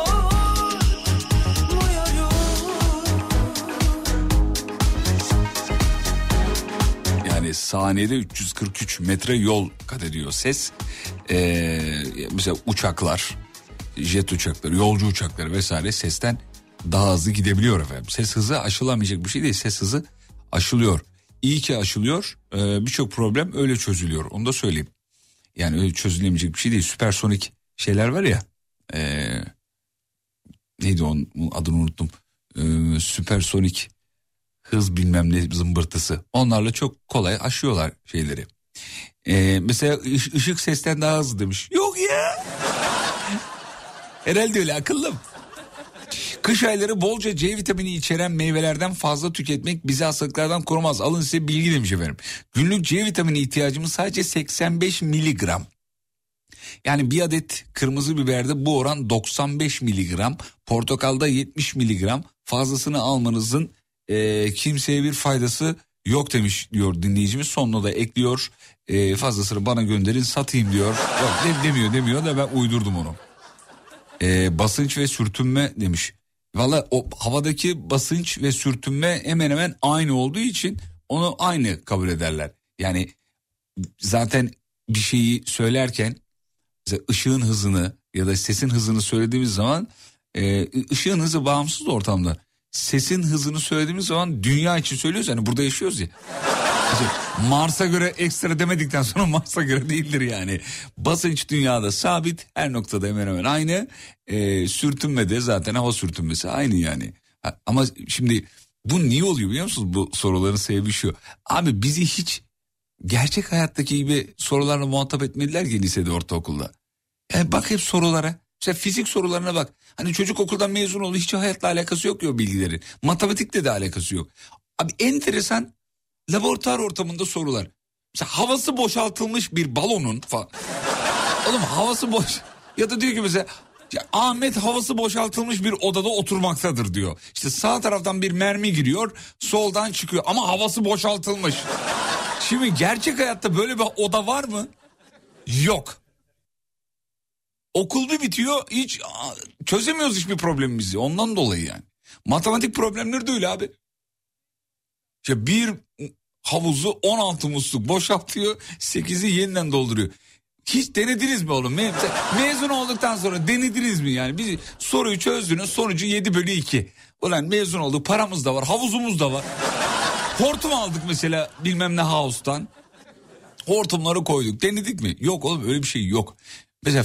Yani saniyede 343 metre yol kat ediyor ses. Mesela uçaklar, jet uçakları, yolcu uçakları vesaire sesten daha hızlı gidebiliyor efendim. Ses hızı aşılamayacak bir şey değil. Ses hızı aşılıyor. İyi ki aşılıyor. Birçok problem öyle çözülüyor. Onu da söyleyeyim. Yani öyle çözülemeyecek bir şey değil. Süpersonik şeyler var ya. Neydi onun adını unuttum. Süpersonik hız bilmem ne zımbırtısı. Onlarla çok kolay aşıyorlar şeyleri. Mesela ışık sesten daha hızlı demiş. Yok ya. Herhalde öyle akıllım. Kış ayları bolca C vitamini içeren meyvelerden fazla tüketmek bizi hastalıklardan korumaz. Alın size bilgi demiş efendim. Günlük C vitamini ihtiyacımız sadece 85 miligram. Yani bir adet kırmızı biberde bu oran 95 miligram. Portakalda 70 miligram. Fazlasını almanızın kimseye bir faydası yok demiş diyor dinleyicimiz. Sonuna da ekliyor. Fazlasını bana gönderin satayım diyor. Yok, demiyor da ben uydurdum onu. Basınç ve sürtünme demiş. Valla o havadaki basınç ve sürtünme hemen hemen aynı olduğu için onu aynı kabul ederler. Yani zaten bir şeyi söylerken mesela ışığın hızını ya da sesin hızını söylediğimiz zaman ışığın hızı bağımsız ortamda. Sesin hızını söylediğimiz zaman dünya için söylüyoruz, yani burada yaşıyoruz ya. Mars'a göre ekstra demedikten sonra Mars'a göre değildir yani. Basınç dünyada sabit, her noktada hemen hemen aynı. Sürtünme de zaten hava sürtünmesi aynı yani. Ama şimdi bu niye oluyor biliyor musunuz? Bu soruların sebebi şu. Abi bizi hiç gerçek hayattaki gibi sorularla muhatap etmediler ki lisede, ortaokulda. Yani bak hep sorulara. Mesela fizik sorularına bak. Hani çocuk okuldan mezun oldu, hiç hayatla alakası yok ya o bilgilerin. Matematikle de alakası yok. Abi enteresan laboratuvar ortamında sorular. Mesela havası boşaltılmış bir balonun falan. Oğlum havası boş. Ya da diyor ki mesela Ahmet havası boşaltılmış bir odada oturmaktadır diyor. İşte sağ taraftan bir mermi giriyor, soldan çıkıyor ama havası boşaltılmış. Şimdi gerçek hayatta böyle bir oda var mı? Yok. Okul bir bitiyor, hiç çözemiyoruz hiçbir problemimizi ondan dolayı yani. Matematik problemleri de öyle abi. İşte bir havuzu 16 musluk boşaltıyor, 8'i yeniden dolduruyor. Hiç denediniz mi oğlum? Mezun olduktan sonra denediniz mi yani? Biz soruyu çözdünüz, sonucu 7/2. Ulan mezun olduk, paramız da var, havuzumuz da var. Hortum aldık mesela bilmem ne house'tan. Hortumları koyduk, denedik mi? Yok oğlum, öyle bir şey yok. Mesela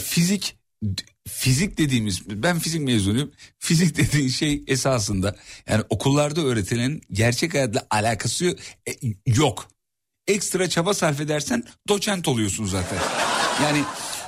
fizik dediğimiz, ben fizik mezunuyum. Fizik dediğin şey esasında yani okullarda öğretilen gerçek hayatla alakası yok. Ekstra çaba sarf edersen doçent oluyorsun zaten. Yani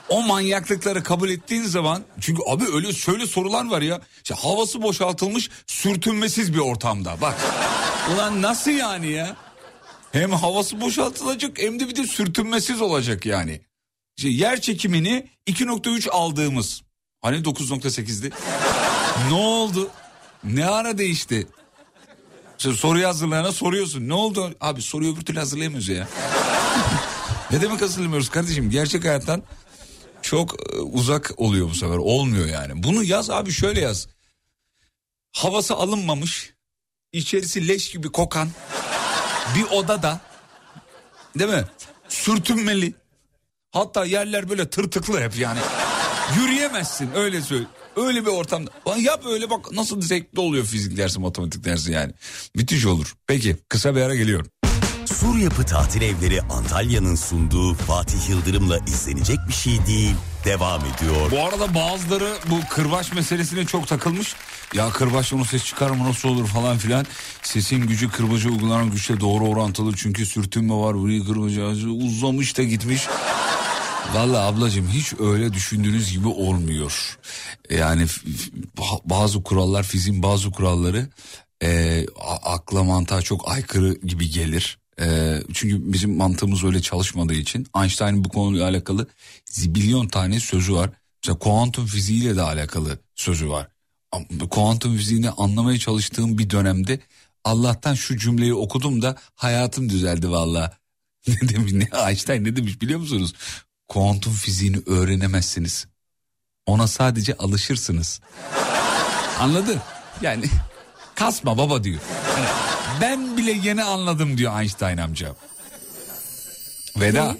O manyaklıkları kabul ettiğin zaman, çünkü abi öyle şöyle sorular var ya. İşte havası boşaltılmış sürtünmesiz bir ortamda. Bak ulan nasıl yani ya? Hem havası boşaltılacak hem de bir de sürtünmesiz olacak yani. İşte yer çekimini 2.3 aldığımız, hani 9.8'di. Ne oldu? Ne ara değişti? İşte soruyu hazırlayana soruyorsun. Ne oldu? Abi soruyu öbür türlü hazırlayamıyoruz ya. Ne demek hazırlamıyoruz kardeşim? Gerçek hayattan çok uzak oluyor bu sefer. Olmuyor yani. Bunu yaz abi, şöyle yaz. Havası alınmamış, içerisi leş gibi kokan bir odada, değil mi? Sürtünmeli. Hatta yerler böyle tırtıklı hep yani. Yürüyemezsin, öyle söyle. Öyle bir ortamda. Yap öyle, bak nasıl zevkli oluyor fizik dersi, matematik dersi yani. Müthiş olur. Peki kısa bir ara geliyorum. Sur Yapı Tatil Evleri Antalya'nın sunduğu Fatih Yıldırım'la izlenecek bir şey değil, devam ediyor. Bu arada bazıları bu kırbaç meselesine çok takılmış. Ya kırbaçla onun ses çıkar mı, nasıl olur falan filan. Sesin gücü kırbaca uygulanan güçle doğru orantılı, çünkü sürtünme var. Burayı kırbaca uzamış da gitmiş. Vallahi ablacığım hiç öyle düşündüğünüz gibi olmuyor. Yani bazı kurallar, fiziğin bazı kuralları akla mantığa çok aykırı gibi gelir. Çünkü bizim mantığımız öyle çalışmadığı için. Einstein'ın bu konuyla alakalı zibilyon tane sözü var. Mesela kuantum fiziğiyle de alakalı sözü var. Kuantum fiziğini anlamaya çalıştığım bir dönemde Allah'tan şu cümleyi okudum da hayatım düzeldi vallahi. Ne demiş, Einstein ne demiş biliyor musunuz? Kuantum fiziğini öğrenemezsiniz. Ona sadece alışırsınız. Anladın? Yani kasma baba diyor. Yani ben bile yeni anladım diyor Einstein amca. Veda.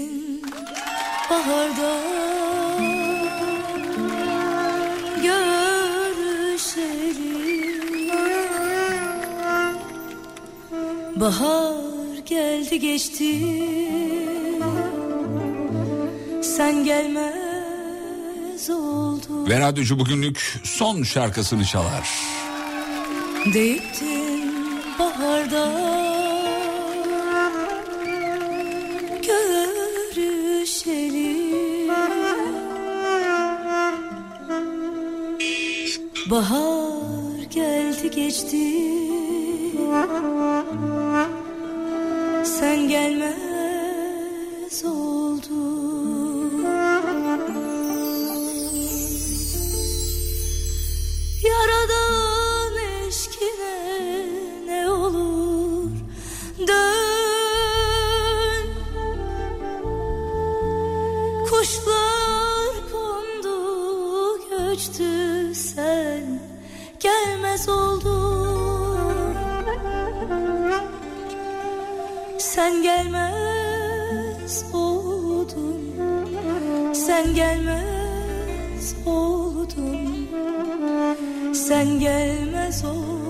Baharda görüşelim. Bahar geldi geçti, sen gelmez oldun. Ve radyocu bugünlük son şarkısını çalar. Değittin baharda görüşelim. Bahar geldi geçti, sen gelmez oldun. Yaradan eşkine ne olur dön. Kuşlar kondu göçtü, sen gelmez oldun. Sen gelmez oldun, sen gelmez oldun, sen gelmez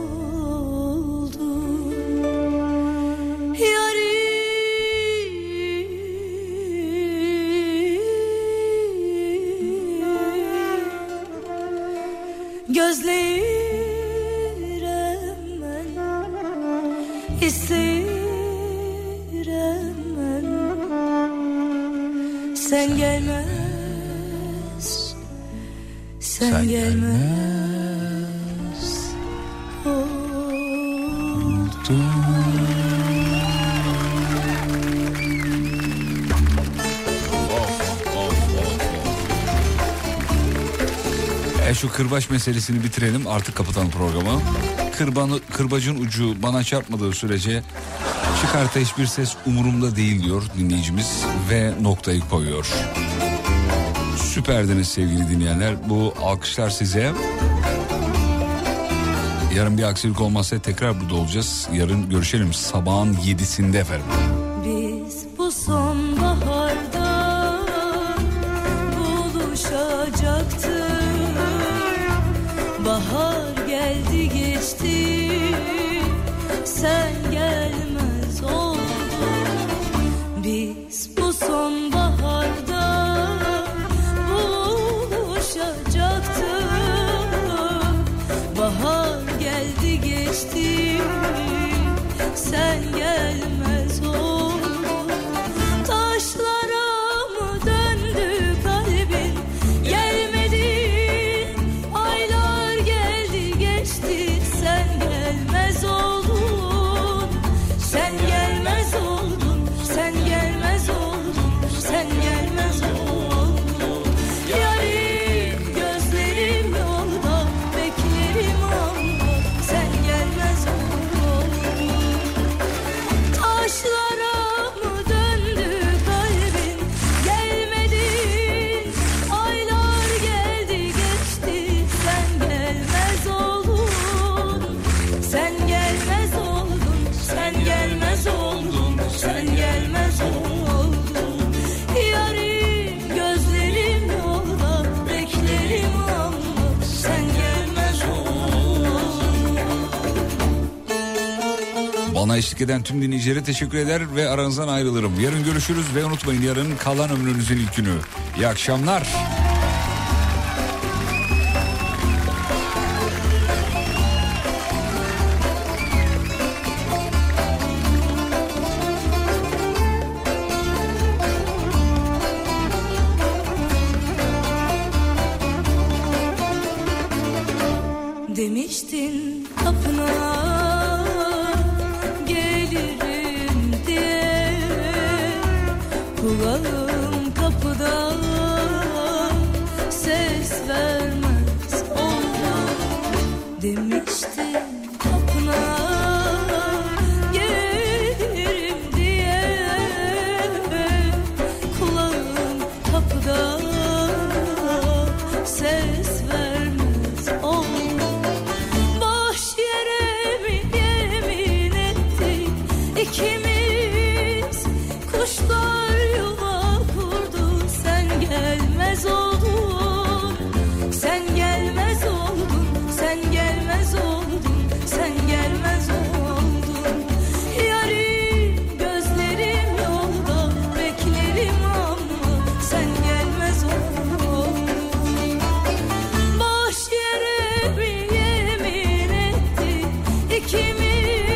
oldun. Yarim gözlerim ben, isterim ben. Sen gelmez, sen gelmez oldun. Şu kırbaç meselesini bitirelim, artık kapatalım programı. Kırbacın ucu bana çarpmadığı sürece çıkarta hiçbir ses umurumda değil diyor dinleyicimiz ve noktayı koyuyor. Süperdiniz sevgili dinleyenler, bu alkışlar size. Yarın bir aksilik olmazsa tekrar burada olacağız. Yarın görüşelim sabahın 7'sinde efendim. Biz bu sonbaharda buluşacaktık. Bahar geldi geçti, sen gelmez oldun. Biz bu sonbaharda buluşacaktık. Bahar geldi geçti, sen gelmez oldun. Taşlara mı döndü kalbim? Bana eşlik eden tüm dinleyicilere teşekkür eder ve aranızdan ayrılırım. Yarın görüşürüz ve unutmayın, yarın kalan ömrünüzün ilk günü. İyi akşamlar. Demiştin kapına gelirim diye, kulağım kapıda ses vermez oldu. Demiştin kapına gelirim diye, kulağım kapıda ses vermez oldu. İkimiz kuşlar yuva kurdu, sen gelmez oldun, sen gelmez oldun, sen gelmez oldun, sen gelmez oldun. Yarim gözlerim yolda beklerim ama sen gelmez oldun. Boş yere bir yemin ettik ikimiz.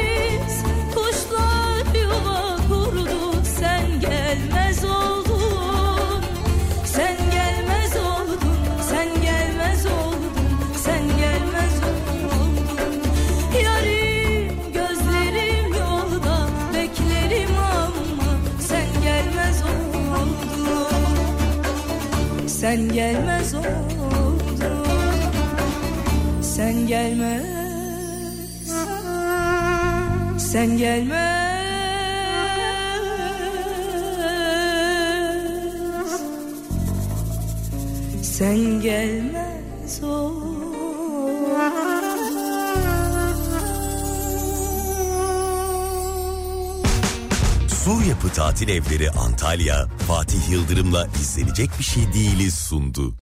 Gelmez oldun, sen gelmez oldun, sen gelmez oldun, sen gelmez oldun. Yarim gözlerim yolda beklerim ama sen gelmez oldun, sen gelmez oldun, sen gelmez, sen gelmez. Sen gelmez oldun. Sur Yapı Tatil Evleri Antalya, Fatih Yıldırım'la izlenecek bir şey değiliz sundu.